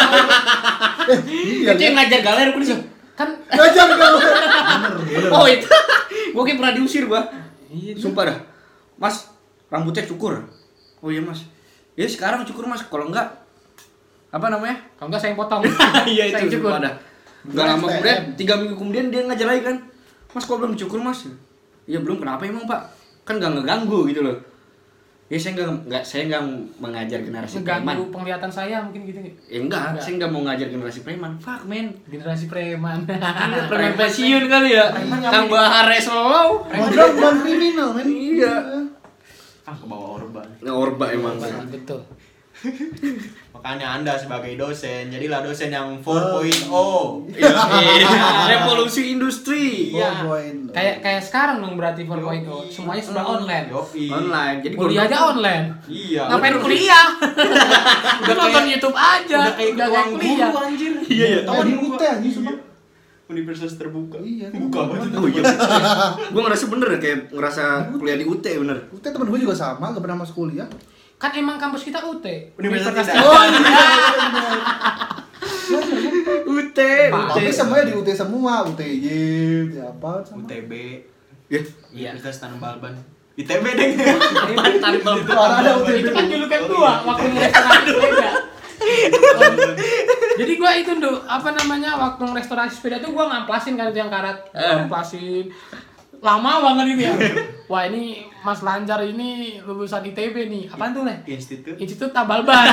eh, iya. Itu yang ngajar galer pun sih. kan Ngajar kau. Bener, bener. Oh itu. Gua kayak pernah diusir gua. iya, Sumpah dah. Mas, rambutnya cukur. Oh iya Mas. Ya sekarang cukur Mas. Kalau enggak apa namanya? kalau enggak saya yang potong. Iya Saya itu cukur. sumpah dah. Enggak lama kemudian, tiga minggu kemudian dia ngajar lagi kan. Mas kok belum cukur Mas? Iya belum, kenapa emang Pak? Kan nggak ngeganggu gitu loh. Ya saya nggak nggak saya nggak mengajar generasi preman. Mengganggu penglihatan saya mungkin gitu. Ya enggak, Enggak. saya nggak mau ngajar generasi preman. Fuck man. Generasi preman. Preman pensiun kali ya. Kang Bahar solo. Gondrong dan kriminal men. Iya. Ah, ke bawah orba. Nggak orba emang. Betul. Makanya Anda sebagai dosen, jadilah dosen yang empat titik nol. Iya. Revolusi industri. Iya. four point nol. Kayak kayak sekarang dong berarti empat titik nol. Semuanya sudah online. Yoi. Online. Jadi Kuliah aja gondrong- online. Iya. Ngapain kuliah? Udah nonton kayak- YouTube aja. Udah kayak Nggak ruang kuliah. guru anjir. Iya iya. Oh, di U T anjing sumpah. Universitas terbuka. Iya. Buka apa tuh? Oh iya. Gue ngerasa bener ya kayak ngerasa kuliah di U T bener. U T temen gue juga sama, gak pernah masuk kuliah. Kan emang kampus kita U T. Universitas Universitas tidak. Oh iya. U T, U T. Tapi semuanya di U T semua, U T Y, U T apa U sama. T B. Ya. Iya. Universitas Tanam Balban. I T B deh. Apaan tarik bal- Orang ada U T B. Itu kan julukan gua waktu ngerestorasi sepeda. Jadi gua itu Nduk, apa namanya waktu ngerestorasi sepeda tuh gua ngamplasin kan itu yang karat, Eh. ngamplasin. Lama banget itu ya. Wah, ini Mas Lancar ini lulusan I T B nih. Apaan tuh, Le? Institut. Institut Tambal Ban.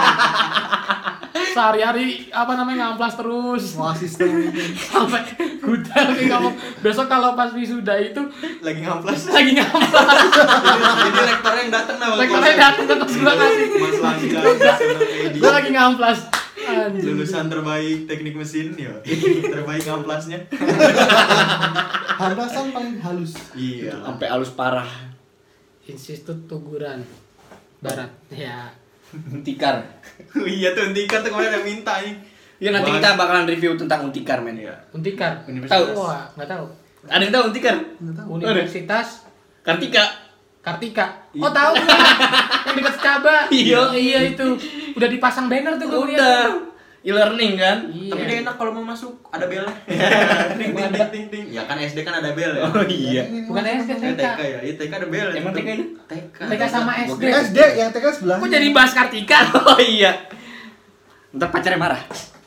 Sehari-hari apa namanya ngamplas terus. Wah, sistem. Sampai gudang nih kamu. Besok kalau pas wisuda itu Lagi ngamplas. lagi ngamplas. Jadi rektornya yang datang nah. Rektornya datang terus gua ngasih. Mas Lancar, senang Edi. Gua lagi ngamplas. Anjir. Lulusan terbaik teknik mesin ya. Terbaik ngamplasnya. Hambasan paling halus. Iya. Sampai halus parah. Institut Tuguran Barat. Ya. Untikar. Iya tuh Untikar tuh kemarin yang minta nih. Ya nanti kita bakalan review tentang Untikar men. Iya. Untikar. Universitas. Tahu. Wah, enggak tahu. Ada yang tahu Untikar? Enggak tahu. Universitas Kartika. Kartika. Oh, tahu nih. Yang dekat Caba. Iya. Iya itu. Udah dipasang banner tuh gua Udah. lihat. e-learning kan. Iya. Tapi dia enak kalau mau masuk ada belnya. Ting ting ting ting ting. Ya kan S D kan ada bel ya. Oh iya. Bukan S D, Eh, T K. T K ya, iya T K ada bel. Emang tetep. T K ini? T K. T K sama S D. S D yang T K sebelah. Kok jadi bahas Kartika? Oh iya. Ntar pacarnya marah.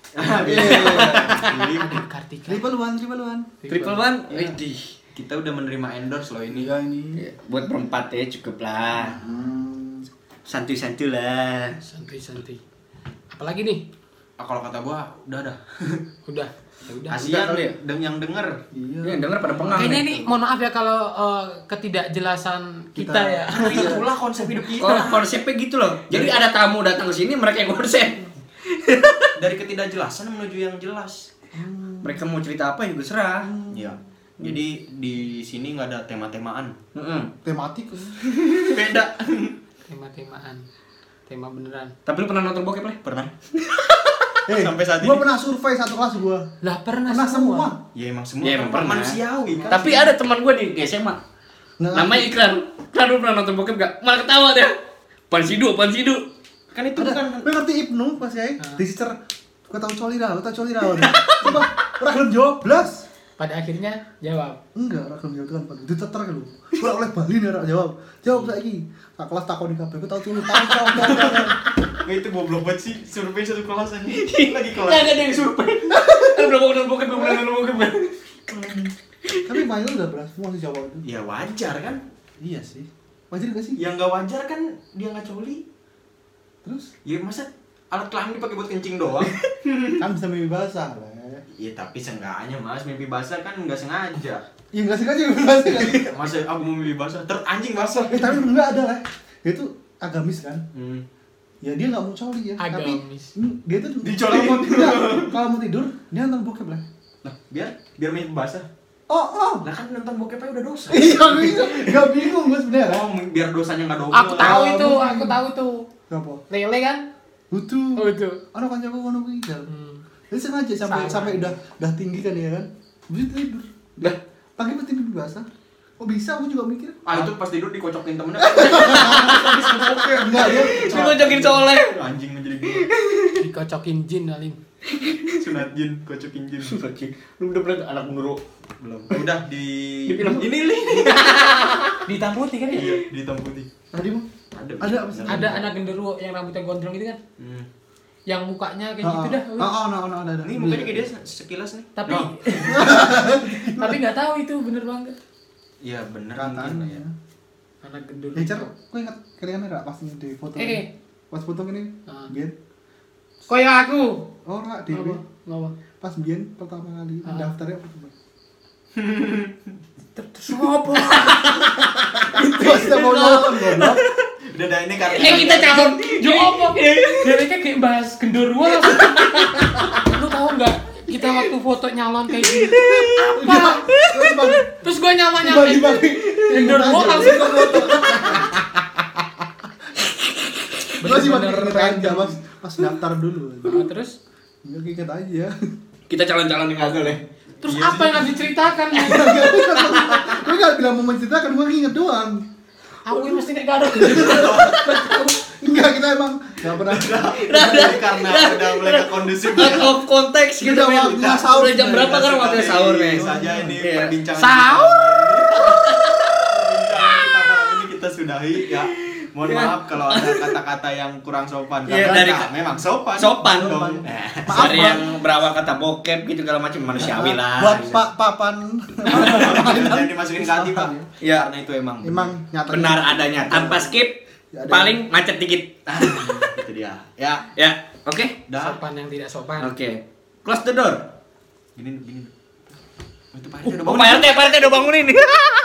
Kartika. Triple one, triple one. Triple one. Iya. Widih. Kita udah menerima endorse loh ini. Iya ini. Ya, buat berempat ya cukup lah. Hmm. Santuy-santuy lah. Santai-santai. Apalagi nih? Ah, kalau kata gua udah dah. Udah. Ya udah. Kasihan kali ya? deng yang denger. Iya. Ini yang denger pada pengang. Kayaknya nih. nih, mohon maaf ya kalau eh, ketidakjelasan kita, Kita- ya. Itulah konsep hidup kita. Oh, konsepnya gitu loh. Jadi ada tamu datang ke sini mereka yang konsep. Dari ketidakjelasan menuju yang jelas. Mereka mau cerita apa juga serah. Iya. Jadi di sini nggak ada tema-temaan. Heeh. Tematik. Beda. Tema-temaan. Tema beneran. Tapi lu pernah nonton bokep lah? Pernah? Eh, Sampai saat gua ini. pernah survei satu kelas gua. Lah pernah, Pernah semua. Ya emang semua Ya, kan emang pernah. manusiawi kan. Tapi ada teman gue di S M A. Nah, Namanya Ikrar. Ikrar lu pernah nonton bokep gak? Malah ketawa dia. Pansidu, Pansidu. Kan itu ada, bukan gue ngerti Ibnu pas ya, Ah. di sister, gue tau coli dah, lo tau coli dah. Coba, orang belum jawab, belas. Pada akhirnya jawab. Enggak, orang belum jawab itu kan, itu teter kan lu. Gue oleh Bali nih orang jawab, jawab lagi. Tak kelas takon di kafe, gue tau coli, tau tau tau. Nggak, itu goblok banget sih survei satu kelas aja. Lagi kelas. Gak ada yang survei. Lu belum nonton bokep, belum nonton bokep. Tapi mainnya udah belas semua sih jawab itu. Ya wajar kan. Iya sih. Wajar gak sih? Yang nggak wajar kan dia nggak coli. Terus, Ya masa alat kelamin dipakai buat kencing doang. kan bisa mimpi basah lah. Iya tapi seenggaknya mas mimpi basah kan nggak sengaja. Ya enggak sengaja mimpi basah kan. Masa aku mau mimpi basah, ter anjing basah. Eh tapi enggak ada lah. Dia tuh agamis kan. Hmm. Ya dia nggak mau coli ya. Tapi Agamis. hmm, dia tuh Dicoli. kalau mau, enggak, kalau mau tidur dia nonton bokep lah. Nah biar biar mimpi basah. Oh oh. Lah kan nonton bokep aja udah dosa. Iya bingung, nggak bingung gue sebenarnya. Oh biar dosanya nggak double. Aku tahu Ah, itu, mungkin. aku tahu tuh. Kenapa? Lele kan? Butuh. Oh itu. Anak kancaku ngono kuwi dal. Hmm. Jadi sengaja sampai Sama. sampai udah udah tinggi kan ya kan. Bisa tidur. Lah, Pagi pasti mimpi basah. Oh bisa aku juga mikir. Ah itu pas tidur dikocokin temennya. Habis bokep. Enggak ya. lu ngojokin soleh. Anjing menjadi gue. Dikocokin jin Alim. Sunat jin, kocokin jin. Lu udah pernah anak menurut Belum. Udah di Di film. ini li. Hitam putih kan ya? Iya, di hitam putih. Tadi mau Ada. Ada apa sih? Ada anak genderuwo yang rambutnya gondrong gitu kan? Hmm. Yang mukanya kayak gitu dah. Oh, oh, no, no, ada, ada. Ini mukanya kayak dia sekilas nih. Tapi Oh. tapi nggak tahu itu bener banget. Iya bener Katanya. mungkin ya. Anak genderuwo. Eh, Cer, kau ingat kalian enggak pas di foto? Eh, eh. Pas foto ini, Ah. Bian. Kayak aku. Oh, enggak, Dewi. Ngapa? Ngapa? Pas Bian pertama kali Ah. daftarnya apa tuh? Terus apa? Itu sudah mau nonton goblok. Udah dah ini karena Eh kita calon Jo apa? Jadi kayak bahas genderuwo langsung. Lu tahu nggak? Kita waktu foto nyalon kayak gini. Apa? Terus bagi Terus gue nyama nyama bagi genderuwo langsung ke foto. Terus sih bagi Bener-bener kita aja random. pas pas daftar dulu. Ah, terus Enggak ingat aja. kita calon-calon yang gagal ya. terus Iya apa sih. yang harus diceritakan? Gue nggak bilang mau menceritakan, gue inget doang. Aku ini mesti kayak gak ada genderuwo. Enggak, kita emang nggak pernah. Jadi karena udah mulai gak kondusif Out ya. of konteks gitu Udah men. waktunya sahur. Udah jam berapa kan waktunya sahur nih? Saja ini Iya. perbincangan. Sahur. Perbincangan kita malam ini kita sudahi ya. Mohon Iya. maaf kalau ada kata-kata yang kurang sopan. Iya, Karena dari- nah, memang sopan. Sopan dong. Maaf, Dari Bang. yang berawal kata bokep gitu segala macam manusiawi lah. Buat gitu. Pak Papan. Jangan dimasukin ke hati, Pak. Ya. Karena itu emang Emang nyata. Benar adanya tanpa skip Ya, ada. paling macet dikit. Ah, itu dia. Ya, Ya, oke. dah. Sopan yang tidak sopan. Oke. Close the door. Gini, gini. Oh, itu Pak R T udah Oh, bangun. Pak R T, Pak R T udah bangun ini.